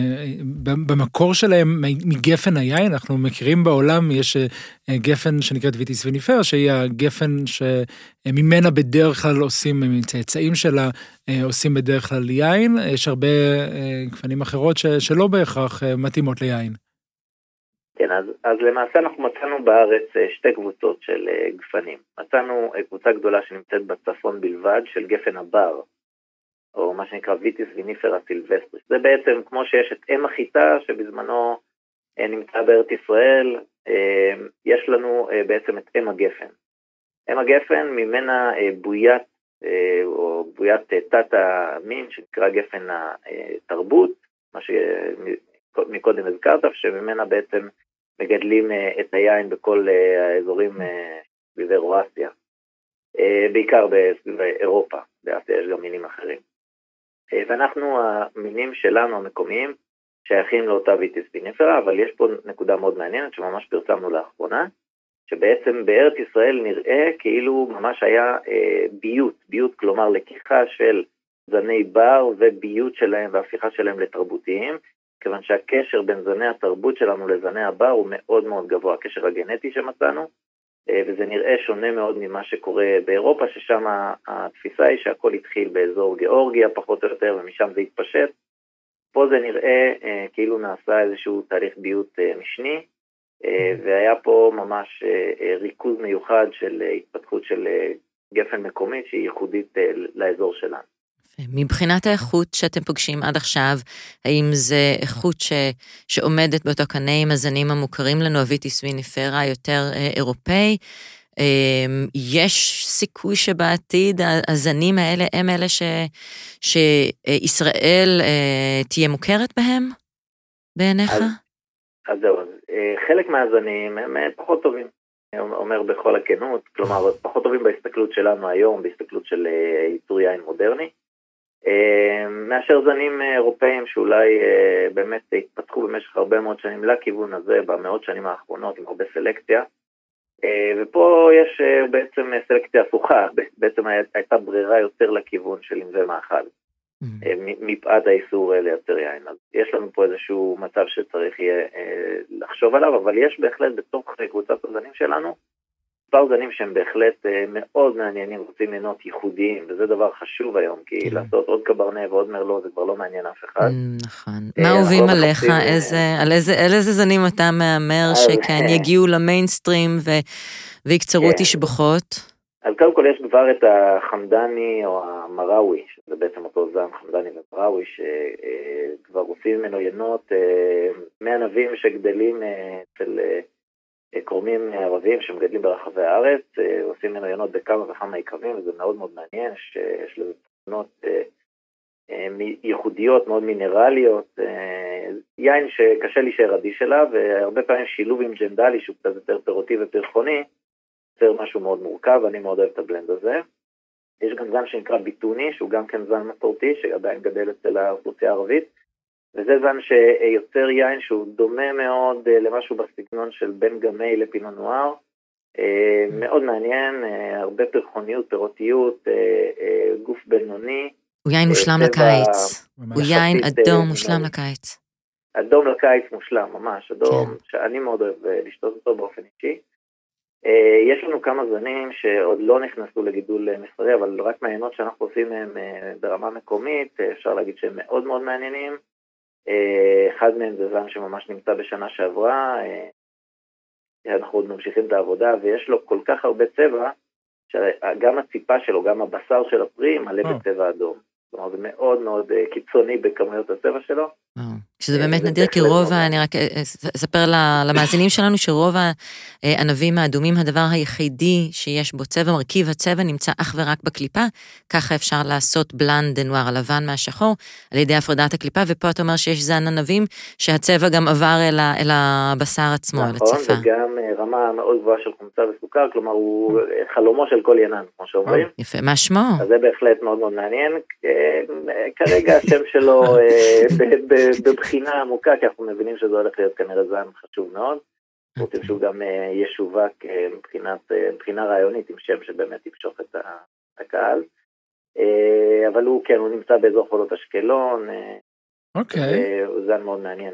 במקור שלהם מגפן היין, אנחנו מכירים בעולם, יש גפן שנקראת ויטיס ויניפר, שהיא הגפן שממנה בדרך כלל עושים, מצאצאים שלה עושים בדרך כלל יין, יש הרבה גפנים אחרות שלא בהכרח מתאימות ליין. כן, אז למעשה אנחנו מצאנו בארץ שתי קבוצות של גפנים. מצאנו קבוצה גדולה שנמצאת בצפון בלבד של גפן הבר, או מה שנקרא ויטיס ויניפר הסילבסטריס. זה בעצם כמו שיש את אם החיטה שבזמנו נמצא בארץ ישראל, יש לנו בעצם את אם הגפן. אם הגפן ממנה בוית, או בוית תת המין שנקרא גפן התרבות, מה שמקודם הזכרת, שממנה בעצם מגדלים את היין בכל האזורים באירואסיה, בעיקר באירופה, באסיה יש גם מינים אחרים. ואנחנו, המינים שלנו המקומיים, שייכים לאותה ויטיס ויניפרה, אבל יש פה נקודה מאוד מעניינת שממש פרסמנו לאחרונה, שבעצם בארץ ישראל נראה כאילו ממש היה ביות, כלומר לקיחה של זני בר וביות שלהם והפיכה שלהם לתרבותיים, כיוון שהקשר בין זני התרבות שלנו לזני הבר הוא מאוד מאוד גבוה, הקשר הגנטי שמצאנו, וזה נראה שונה מאוד ממה שקורה באירופה, ששם התפיסה היא שהכל התחיל באזור גיאורגיה פחות או יותר, ומשם זה התפשט. פה זה נראה כאילו נעשה איזשהו תהליך ביות משני, והיה פה ממש ריכוז מיוחד של התפתחות של גפן מקומית שהיא ייחודית לאזור שלנו. מבחינת האיכות שאתם פוגשים עד עכשיו, האם זה איכות שעומדת באותו קנה עם הזנים המוכרים לנו, אביטיס ויניפרה יותר אירופאי? יש סיכוי שבעתיד הזנים האלה הם אלה שישראל תהיה מוכרת בהם בעיניך? אז זהו, חלק מהזנים הם פחות טובים, אומר בכל הכנות, כלומר פחות טובים בהסתכלות שלנו היום, בהסתכלות של ייצור יין מודרני, מאשר זנים אירופאים שאולי באמת התפתחו במשך הרבה מאוד שנים לכיוון הזה, במאות שנים האחרונות עם הרבה סלקציה, ופה יש בעצם סלקציה הפוכה, בעצם הייתה ברירה יותר לכיוון של אם זה מאכל, מפעד האיסור לייצר יין. אז יש לנו פה איזשהו מצב שצריך יהיה לחשוב עליו, אבל יש בהחלט בתוך קבוצת הזנים שלנו, מספר זנים שהם בהחלט מאוד מעניינים, רוצים ליהנות ייחודיים, וזה דבר חשוב היום, כי לעשות עוד קברנה ועוד מרלו, זה כבר לא מעניין אף אחד. נכון. מה אוהבים עליך? על איזה זנים אתה מאמר שכן יגיעו למיינסטרים ויקצרו תשבחות? אז קודם כל יש כבר את החמדני או המראוי, שזה בעצם אותו זן חמדני ומראוי, שכבר עושים ממנו יינות מענבים שגדלים אצל קורמים ערבים שמגדלים ברחבי הארץ, עושים ממנו יינות בכמה וכמה יקבים, וזה מאוד מאוד מעניין, שיש לזה תכונות ייחודיות, מאוד מינרליות, יין שקשה להישאר אדיש אליו, והרבה פעמים שילוב עם ג'נדלי, שהוא קצת יותר פירותי ופרחוני, זה משהו מאוד מורכב, אני מאוד אוהב את הבלנד הזה. יש גם זן שנקרא ביטוני, שהוא גם כן זן מסורתי, שעדיין גדל אצל האוכלוסייה הערבית, וזה זן שיוצר יין שהוא דומה מאוד למשהו בסגנון של בין גמי לפינו נואר, מאוד מעניין, הרבה פרחוניות, פירותיות, גוף בינוני. הוא יין מושלם לקיץ, הוא יין אדום מושלם לקיץ. אדום לקיץ מושלם, ממש, אדום שאני מאוד אוהב לשתות אותו באופן אישי. יש לנו כמה זנים שעוד לא נכנסו לגידול מסחרי, אבל רק מהעיינות שאנחנו עושים מהם ברמה מקומית, אפשר להגיד שהם מאוד מאוד מעניינים. אחד מהם זה זן שממש נמצא בשנה שעברה, אנחנו עוד ממשיכים את העבודה, ויש לו כל כך הרבה צבע, שגם הציפה שלו, גם הבשר של הפרי, מלא בצבע אדום. זאת אומרת, זה מאוד מאוד קיצוני בכמויות הצבע שלו. שזה באמת נדיר, כי רוב, אני רק אספר למאזינים שלנו, שרוב הענבים האדומים, הדבר היחידי שיש בו צבע, מרכיב הצבע נמצא אך ורק בקליפה, ככה אפשר לעשות בלנד דנואר, הלבן מהשחור, על ידי הפרדת הקליפה, ופה אתה אומר שיש זן ענבים, שהצבע גם עבר אל הבשר עצמו, אל הציפה. נכון, וגם רמה מאוד גבוהה של חומצה וסוכר, כלומר הוא חלומו של כל ינן, כמו שאומרים. יפה, מה שמו? אז זה בהחלט מאוד מאוד מעניין. כרגע השם שלו בבחינה עמוקה, כי אנחנו מבינים שזה הולך להיות כנראה זן חשוב מאוד. רוצים שהוא גם ישווק מבחינה רעיונית עם שם שבאמת ימשוך את הקהל. אבל הוא כן, הוא נמצא באזור חולות אשקלון. אוקיי. הוא זן מאוד מעניין.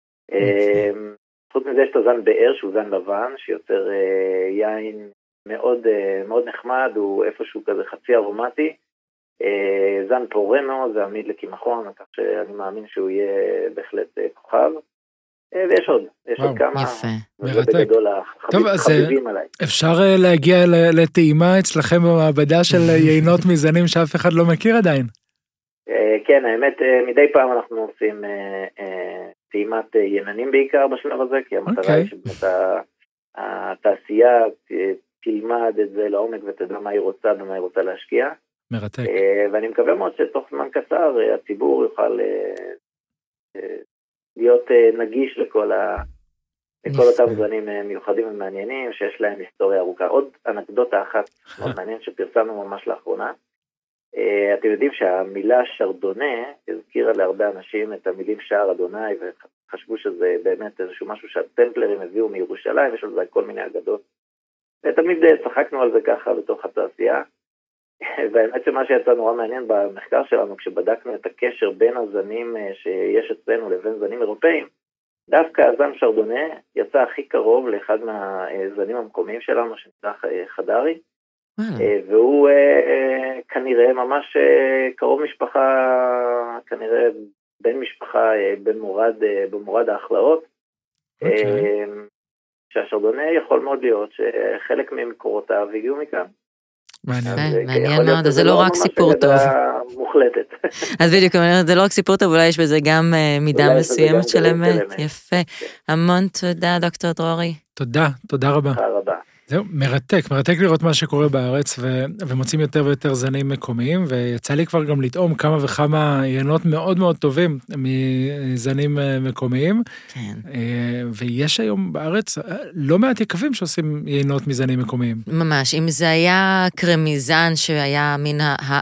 חוץ מזה יש את הזן באר שהוא זן לבן, שיוצר יין מאוד מאוד נחמד, הוא איפשהו כזה חצי ארומטי. זן פורה מאוד, זה עמיד לקמחון, כך שאני מאמין שהוא יהיה בהחלט כוכב. ויש עוד כמה, מרתק. בגדול החביבים עליי. אפשר להגיע לטעימה אצלכם במעבדה של יינות מזנים שאף אחד לא מכיר עדיין? כן, האמת, מדי פעם אנחנו עושים טעימת יננים בעיקר בשלב הזה, כי המטרה היא שבאמת התעשייה תלמד את זה לעומק ותדע מה היא רוצה ומה היא רוצה להשקיע. מרתק. ואני מקווה מאוד שתוך זמן קצר הציבור יוכל להיות נגיש לכל אותם זנים מיוחדים ומעניינים שיש להם היסטוריה ארוכה. עוד אנקדוטה אחת מאוד מעניין שפרסמנו ממש לאחרונה. אתם יודעים שהמילה שרדונה הזכירה להרבה אנשים את המילים שער אדוני, וחשבו שזה באמת איזשהו משהו שהטמפלרים הביאו מירושלים, יש על זה כל מיני אגדות ותמיד צחקנו על זה ככה בתוך התעשייה. והאמת שמה שיצא נורא מעניין במחקר שלנו, כשבדקנו את הקשר בין הזנים שיש אצלנו לבין זנים אירופאים, דווקא הזן שרדונה יצא הכי קרוב לאחד מהזנים המקומיים שלנו, שנקרא חדרי, והוא כנראה ממש קרוב משפחה, כנראה בן משפחה במורד ההכלאות, שהשרדונה יכול מאוד להיות שחלק ממקורותיו הגיעו מכאן. מעניין מאוד, זה לא רק סיפור טוב. מוחלטת. אז בדיוק, זה לא רק סיפור טוב, אולי יש בזה גם מידה מסוימת של אמת. יפה. המון תודה, דוקטור דרורי. תודה רבה. תודה רבה. זהו, מרתק לראות מה שקורה בארץ, ומוצאים יותר ויותר זנים מקומיים, ויצא לי כבר גם לטעום כמה וכמה יינות מאוד מאוד טובים מזנים מקומיים. כן. ויש היום בארץ לא מעט יקבים שעושים יינות מזנים מקומיים. ממש, אם זה היה קרמיזן שהיה מן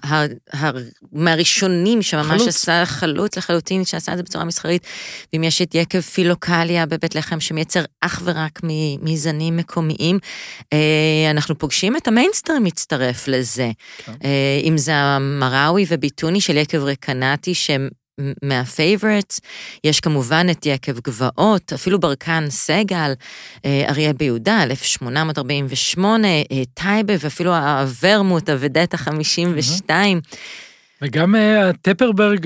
מהראשונים שממש עשה חלוץ לחלוטין, שעשה את זה בצורה מסחרית, ואם יש את יקב פילוקליה בבית לחם שמייצר אך ורק מזנים מקומיים, אנחנו פוגשים את המיינסטרים מצטרף לזה. אם זה המראוי וביטוני של יקב רקנטי מהפייבורטס, יש כמובן את יקב גבעות, אפילו ברקן סגל, אריה ביהודה, 1848, טייבה, ואפילו הוורמוט, הוודט ה-52. וגם הטפרברג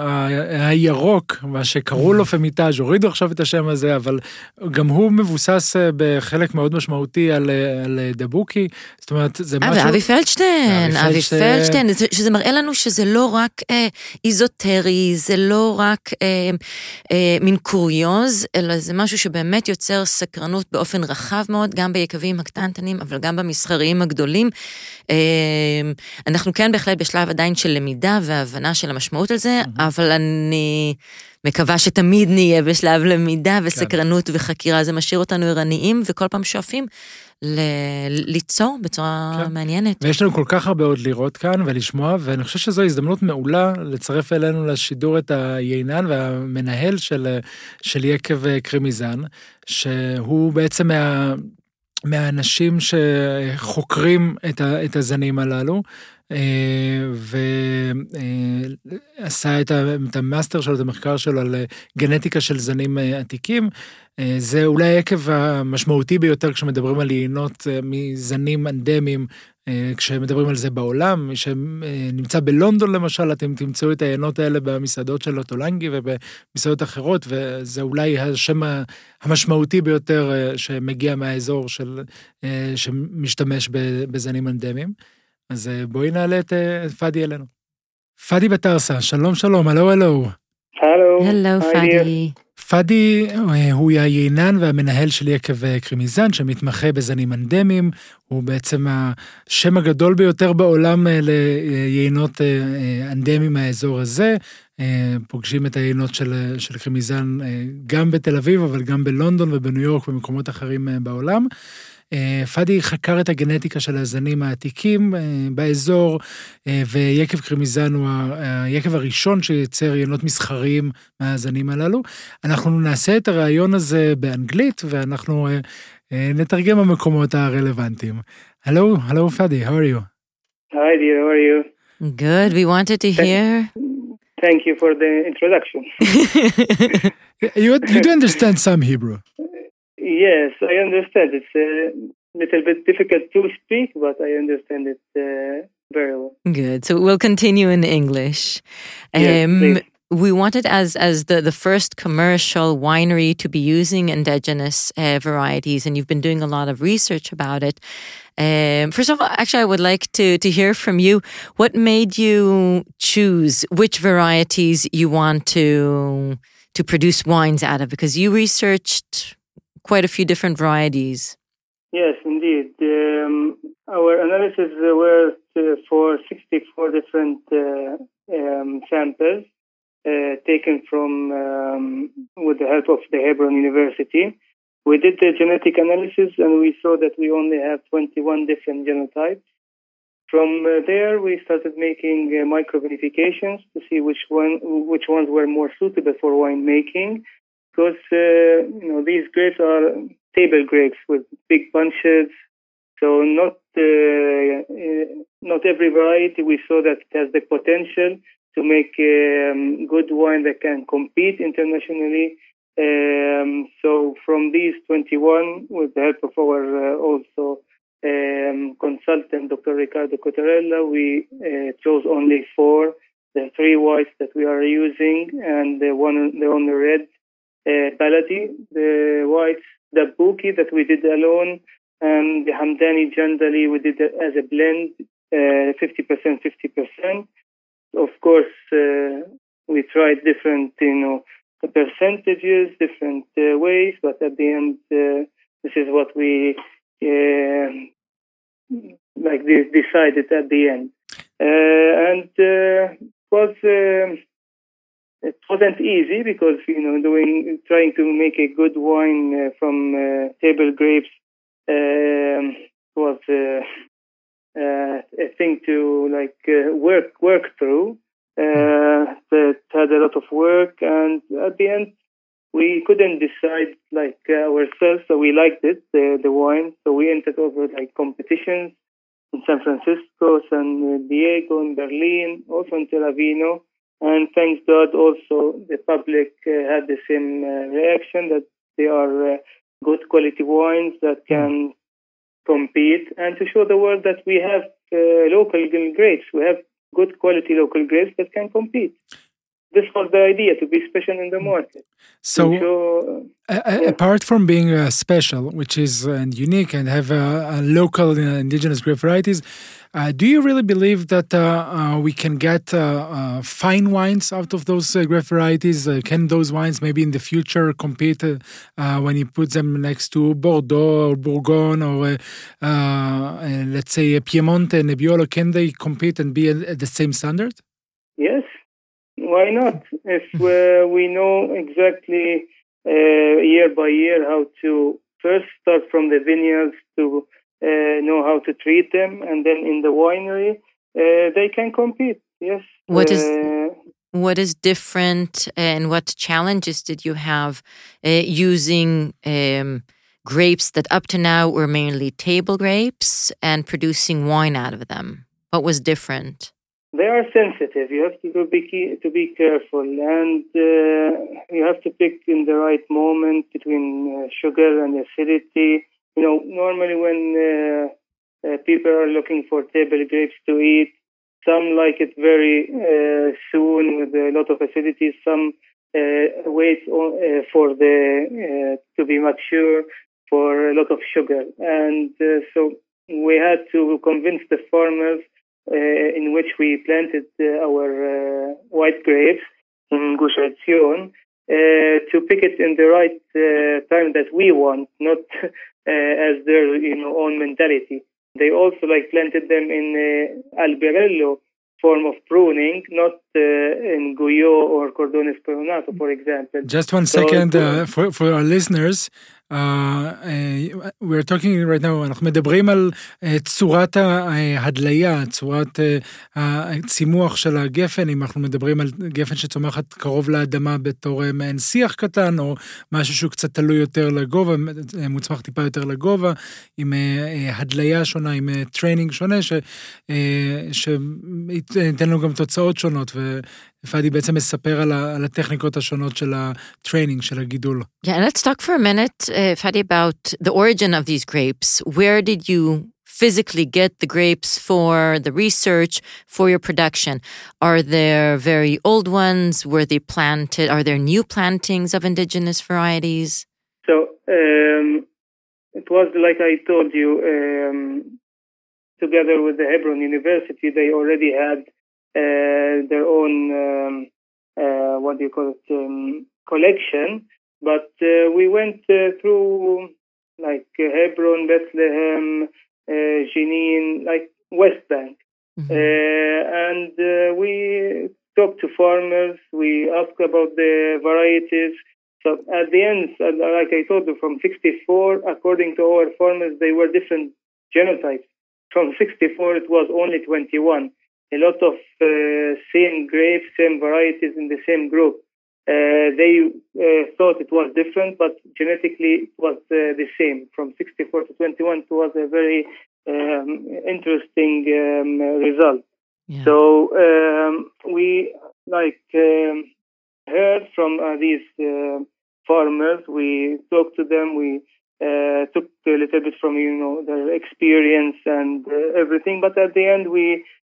הירוק, מה שקראו לו פמיטאז', הורידו עכשיו את השם הזה, אבל גם הוא מבוסס בחלק מאוד משמעותי על דבוקי, זאת אומרת, זה משהו... אבי פלדשטיין, שזה מראה לנו שזה לא רק איזוטרי, זה לא רק מין קוריוז, אלא זה משהו שבאמת יוצר סקרנות באופן רחב מאוד, גם ביקבים הקטנטנים, אבל גם במסחריים הגדולים. אנחנו כן בהחלט בשלב עדיין של למידה והבנה של המשמעות על זה, אבל אני מקווה שתמיד נהיה בשלב למידה וסקרנות וחקירה, זה משאיר אותנו ערניים, וכל פעם שואפים ליצור בצורה מעניינת. ויש לנו כל כך הרבה עוד לראות כאן ולשמוע, ואני חושב שזו הזדמנות מעולה לצרף אלינו לשידור את היינן והמנהל של יקב קרמיזן, שהוא בעצם מהאנשים שחוקרים את הזנים הללו, ועשה את המאסטר שלו, את המחקר שלו על גנטיקה של זנים עתיקים. זה אולי העקב המשמעותי ביותר כשמדברים על יינות מזנים אנדמיים, כשמדברים על זה בעולם. מי שנמצא בלונדון למשל, אתם תמצאו את היינות האלה במסעדות של אוטולנגי ובמסעדות אחרות, וזה אולי השם המשמעותי ביותר שמגיע מהאזור שמשתמש בזנים אנדמיים. אז בואי נעלה את פאדי אלינו. פאדי בטרסה, שלום שלום, הלו. הלו פאדי. פאדי הוא היינן והמנהל של יקב קרמיזן, שמתמחה בזנים אנדמיים, הוא בעצם השם הגדול ביותר בעולם ליינות אנדמיים מהאזור הזה, פוגשים את היינות של קרמיזן גם בתל אביב, אבל גם בלונדון ובניו יורק ובמקומות אחרים בעולם. פאדי חקר את הגנטיקה של הזנים העתיקים באזור, ויקב קרמיזן הוא היקב הראשון שייצר יינות מסחריים מהזנים הללו. אנחנו נעשה את הרעיון הזה באנגלית, ואנחנו נתרגם במקומות הרלוונטיים. Hello Fadi, how are you? Hi dear, how are you? Good, we wanted to hear. Thank you for the introduction. You do understand some Hebrew? Yes, I understand. It's a little bit difficult to speak, but I understand it very well. Good. So we'll continue in English. Yes, we wanted as the first commercial winery to be using indigenous varieties, and you've been doing a lot of research about it. First of all, actually, I would like to hear from you. What made you choose which varieties you want to produce wines out of? Because you researched quite a few different varieties. Yes, indeed. Our analysis were for 64 different samples taken from with the help of the Hebron University. We did the genetic analysis and we saw that we only have 21 different genotypes. From there, we started making microvinifications to see which ones were more suitable for winemaking. Because these grapes are table grapes with big bunches, So not every variety we saw that has the potential to make good wine that can compete internationally. So from these 21, with the help of our also consultant, Dr. Riccardo Cottarella, we chose only 4, the 3 whites that we are using, and the only red Baladi, the whites, the Buki that we did alone, and the Hamdani Jandali we did as a blend, 50%, 50%. Of course, we tried different, the percentages, different ways, but at the end, this is what we decided at the end. And it wasn't easy because, trying to make a good wine from table grapes was a thing to work through. That had a lot of work, and at the end we couldn't decide ourselves. So we liked it, the wine. So we entered over competitions in San Francisco, San Diego, in Berlin, also in Tel Aviv. And thanks God, also the public had the same reaction, that they are good quality wines that can compete, and to show the world that we have local grapes. We have good quality local grapes that can compete. This was the idea, to be special in the market. So, apart from being special, which is unique, and have local indigenous grape varieties, do you really believe that we can get fine wines out of those grape varieties? Can those wines maybe in the future compete when you put them next to Bordeaux or Bourgogne or let's say Piemonte and Nebbiolo? Can they compete and be at the same standard? Yes. Why not? If we know exactly year by year how to first start from the vineyards to know how to treat them, and then in the winery, they can compete. Yes. What is different, and what challenges did you have using grapes that up to now were mainly table grapes and producing wine out of them? What was different? They are sensitive. You have to be careful, and you have to pick in the right moment between sugar and acidity. Normally when people are looking for table grapes to eat, some like it very soon with a lot of acidity. Some wait for to be mature for a lot of sugar, and so we had to convince the farmers in which we planted our white grapes in Gush Etzion to pick it in the right time that we want, not as their own mentality. They also planted them in Albarello form of pruning, not in Guyot or Cordone Speronato, for example. Just one second for our listeners. We're talking right now, אנחנו מדברים על צורת ההדליה, צורת הצימוח של הגפן, אם אנחנו מדברים על גפן שצומחת קרוב לאדמה בתור מעין שיח קטן, או משהו שהוא קצת תלוי יותר לגובה, מוצמח טיפה יותר לגובה, עם הדליה שונה, עם טריינינג שונה, שייתן לו גם תוצאות שונות, ופאדי בעצם מספר על הטכניקות השונות של הטריינינג, של הגידול. Yeah, let's talk for a minute, Fadi, about the origin of these grapes. Where did you physically get the grapes for the research, for your production? Are there very old ones? Were they planted? Are there new plantings of indigenous varieties? So it was like I told you, together with the Hebron University, they already had their own, collection. But we went through Hebron, Bethlehem, Jenin, West Bank. Mm-hmm. And we talked to farmers. We asked about the varieties. So at the end, like I told you, from 64, according to our farmers, they were different genotypes. From 64, it was only 21. A lot of same grapes, same varieties in the same group. They thought it was different, but genetically it was the same. From 64 to 21, it was a very interesting result. Yeah. So we heard from these farmers. We talked to them. We took a little bit from their experience and everything. But at the end, we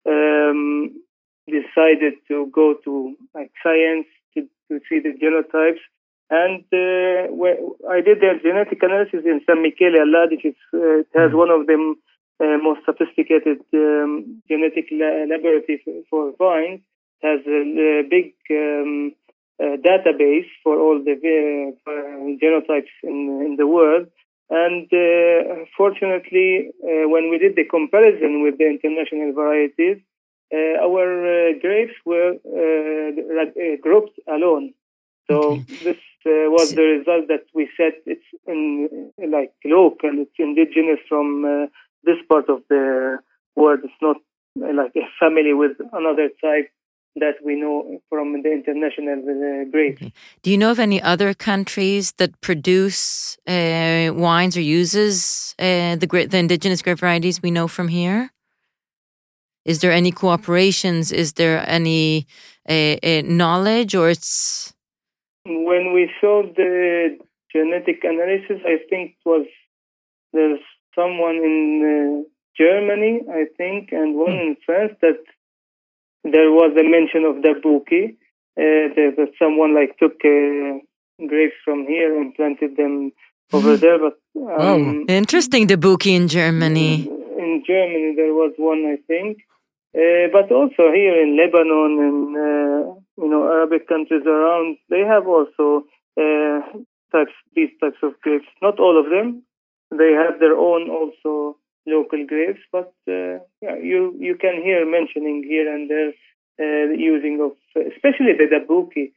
decided to go to science to see the genotypes. And I did their genetic analysis in San Michele Allad, which it has one of the most sophisticated genetic laboratory for vines. It has a big database for all the genotypes in the world. And fortunately, when we did the comparison with the international varieties, our grapes were grouped alone. So this was the result that we said it's local, it's indigenous from this part of the world. It's not like a family with another type that we know from the international grapes. Okay. Do you know of any other countries that produce wines or uses the indigenous grape varieties we know from here? Is there any cooperations? Is there any knowledge, or it's... When we saw the genetic analysis, I think there's someone in Germany, I think, and one in France that there was a mention of Dabuki. That someone took grapes from here and planted them over there. But interesting, Dabuki in Germany. In Germany, there was one, I think. But also here in Lebanon and Arabic countries around, they have also these types of grapes. Not all of them. They have their own also local grapes, but you can hear mentioning here and there the using of, especially the Dabuki.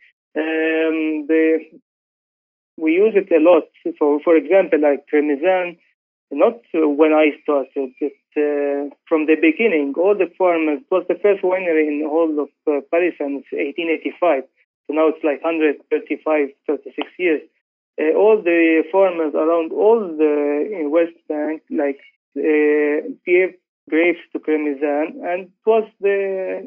We use it a lot. For example, like Cremizan, not when I started, from the beginning, all the farmers, it was the first winery in the whole of Paris, and it's 1885. So now it's 135, 36 years. All the farmers around all the West Bank, gave grapes to Cremizan, and it was the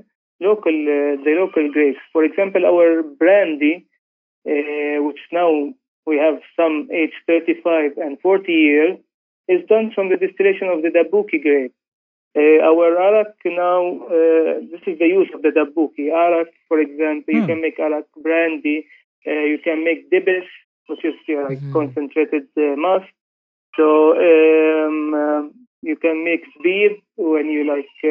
local grapes. For example, our brandy, which now we have some age 35 and 40 years, is done from the distillation of the Dabuki grape. Our arak now, this is the use of the Dabuki. Arak, for example, you can make arak brandy, you can make dibes, which is concentrated must. So you can make speed when you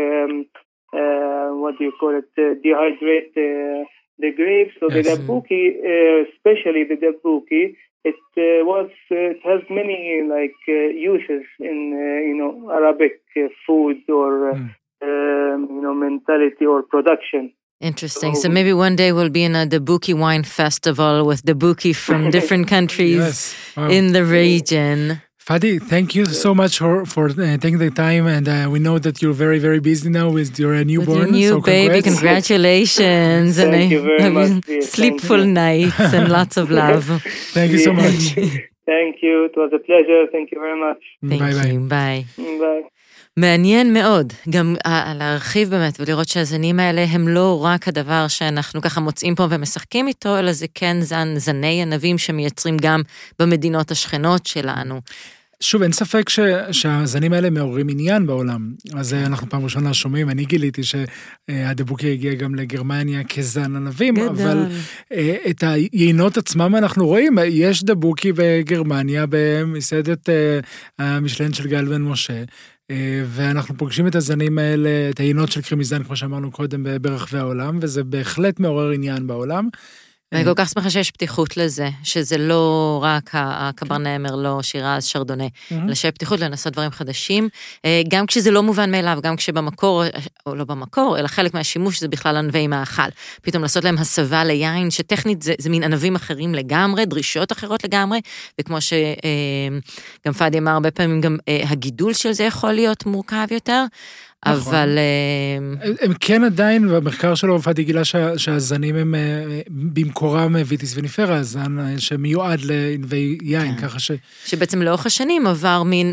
dehydrate the grapes. So the Dabuki, especially the Dabuki, it has many uses in Arabic food or mentality or production. Interesting. So maybe one day we'll be in a Dabuki wine festival with Dabuki from different countries in the region. Fadi, thank you so much for taking the time, and we know that you're very, very busy now with your newborn. With your new baby, congratulations. Thank you very much. Sleepful nights and lots of love. Thank you so much. Thank you, it was a pleasure, thank you very much. ביי. ביי. מעניין מאוד, גם להרחיב באמת ולראות שהזנים האלה הם לא רק הדבר שאנחנו ככה מוצאים פה ומשחקים איתו, אלא זה כן זני ענבים שמייצרים גם במדינות השכנות שלנו. שוב, אין ספק שהזנים האלה מעוררים עניין בעולם. אז אנחנו פעם ראשונה שומעים, אני גיליתי שהדבוקי הגיע גם לגרמניה כזן ענבים, אבל את היינות עצמם אנחנו רואים, יש דבוקי בגרמניה במסעדת המשלן של גל בן משה, ואנחנו פוגשים את הזנים האלה, את היינות של קרמיזן, כמו שאמרנו קודם, ברחבי העולם, וזה בהחלט מעורר עניין בעולם. אני כל כך שמחה שיש פתיחות לזה, שזה לא רק הקברנה מרלו, שירז, שרדונה, אלא שיש פתיחות לנסות דברים חדשים, גם כשזה לא מובן מאליו, גם כשבמקור, או לא במקור, אלא חלק מהשימוש זה בכלל ענבי מאכל. פתאום לעשות להם הסבה ליין, שטכנית זה מין ענבים אחרים לגמרי, דרישות אחרות לגמרי, וכמו שגם פאדי אמר הרבה פעמים, גם הגידול של זה יכול להיות מורכב יותר, אבל... הם כן עדיין, במחקר שלו, פאדי גילה שהזנים הם במקורם ויטיס וניפרה, הזן שמיועד לענבי יין, ככה שבעצם לאורך השנים עבר מין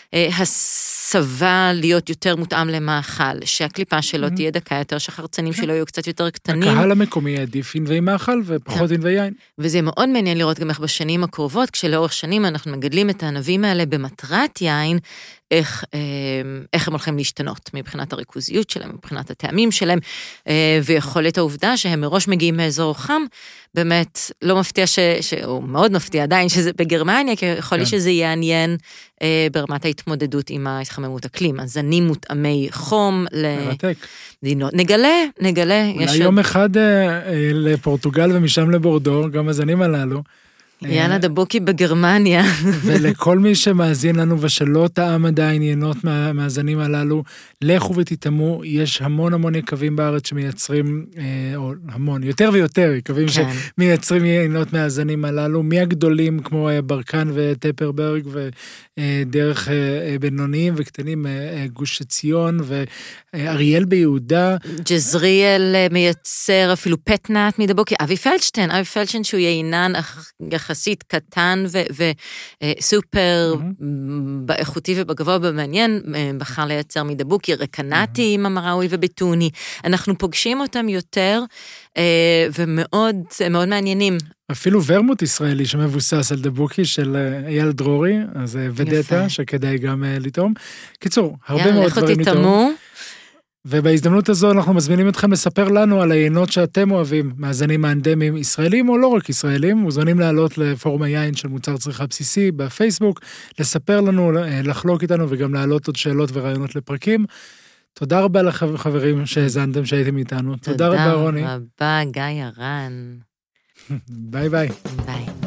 הסבה להיות יותר מותאם למאכל, שהקליפה שלו תהיה דקה יותר, שהחרצנים שלו יהיו קצת יותר קטנים. הקהל המקומי עדיף ענבי מאכל ופחות ענבי יין. וזה מאוד מעניין לראות גם איך בשנים הקרובות, כשלאורך שנים אנחנו מגדלים את הענבים האלה במטרת יין, איך הם הולכים להשתנות מבחינת הריכוזיות שלהם, מבחינת הטעמים שלהם, ויכולת העובדה שהם מראש מגיעים מאזור חם, באמת לא מפתיע או מאוד מפתיע עדיין שזה בגרמניה, כי יכול להיות שזה יעניין ברמת ההתמודדות עם ההתחממות אקלים, הזנים מותאמי חום, נגלה. אולי יום אחד לפורטוגל ומשם לבורדו, גם הזנים הללו, יאללה דבוקי בגרמניה. ולכל מי שמאזין לנו ושלא טעם עדיין יינות מהזנים הללו, לכו ותתאמו, יש המון יקבים בארץ שמייצרים, או המון, יותר ויותר יקבים שמייצרים יינות מהזנים הללו, מהגדולים כמו ברקן וטפרברג, ודרך בינוניים וקטנים, גוש ציון ואריאל ביהודה. ג'זריאל מייצר אפילו פטנאט מדבוקי, אבי פלדשטיין שהוא יינן יחסית קטן וסופר באיכותי ובגבוה במעניין, בחר לייצר מדבוקי, רקנתי עם המראוי וביטוני. אנחנו פוגשים אותם יותר, ומאוד מאוד מעניינים. אפילו ורמוט ישראלי שמבוסס על דבוקי של אייל דרורי, אז ודטה שכדאי גם לטעום. קיצור, הרבה מאוד דברים לטעום. ובהזדמנות הזו אנחנו מזמינים אתכם לספר לנו על היינות שאתם אוהבים, מהזנים האנדמיים ישראלים או לא רק ישראלים, מוזמנים לעלות לפורום היין של מוצר צריכה בסיסי בפייסבוק, לספר לנו, לחלוק איתנו וגם להעלות עוד שאלות ורעיונות לפרקים. תודה רבה לכם חברים שהזנתם שהייתם איתנו. תודה רבה רוני. תודה רבה גיא הרן. ביי ביי. ביי.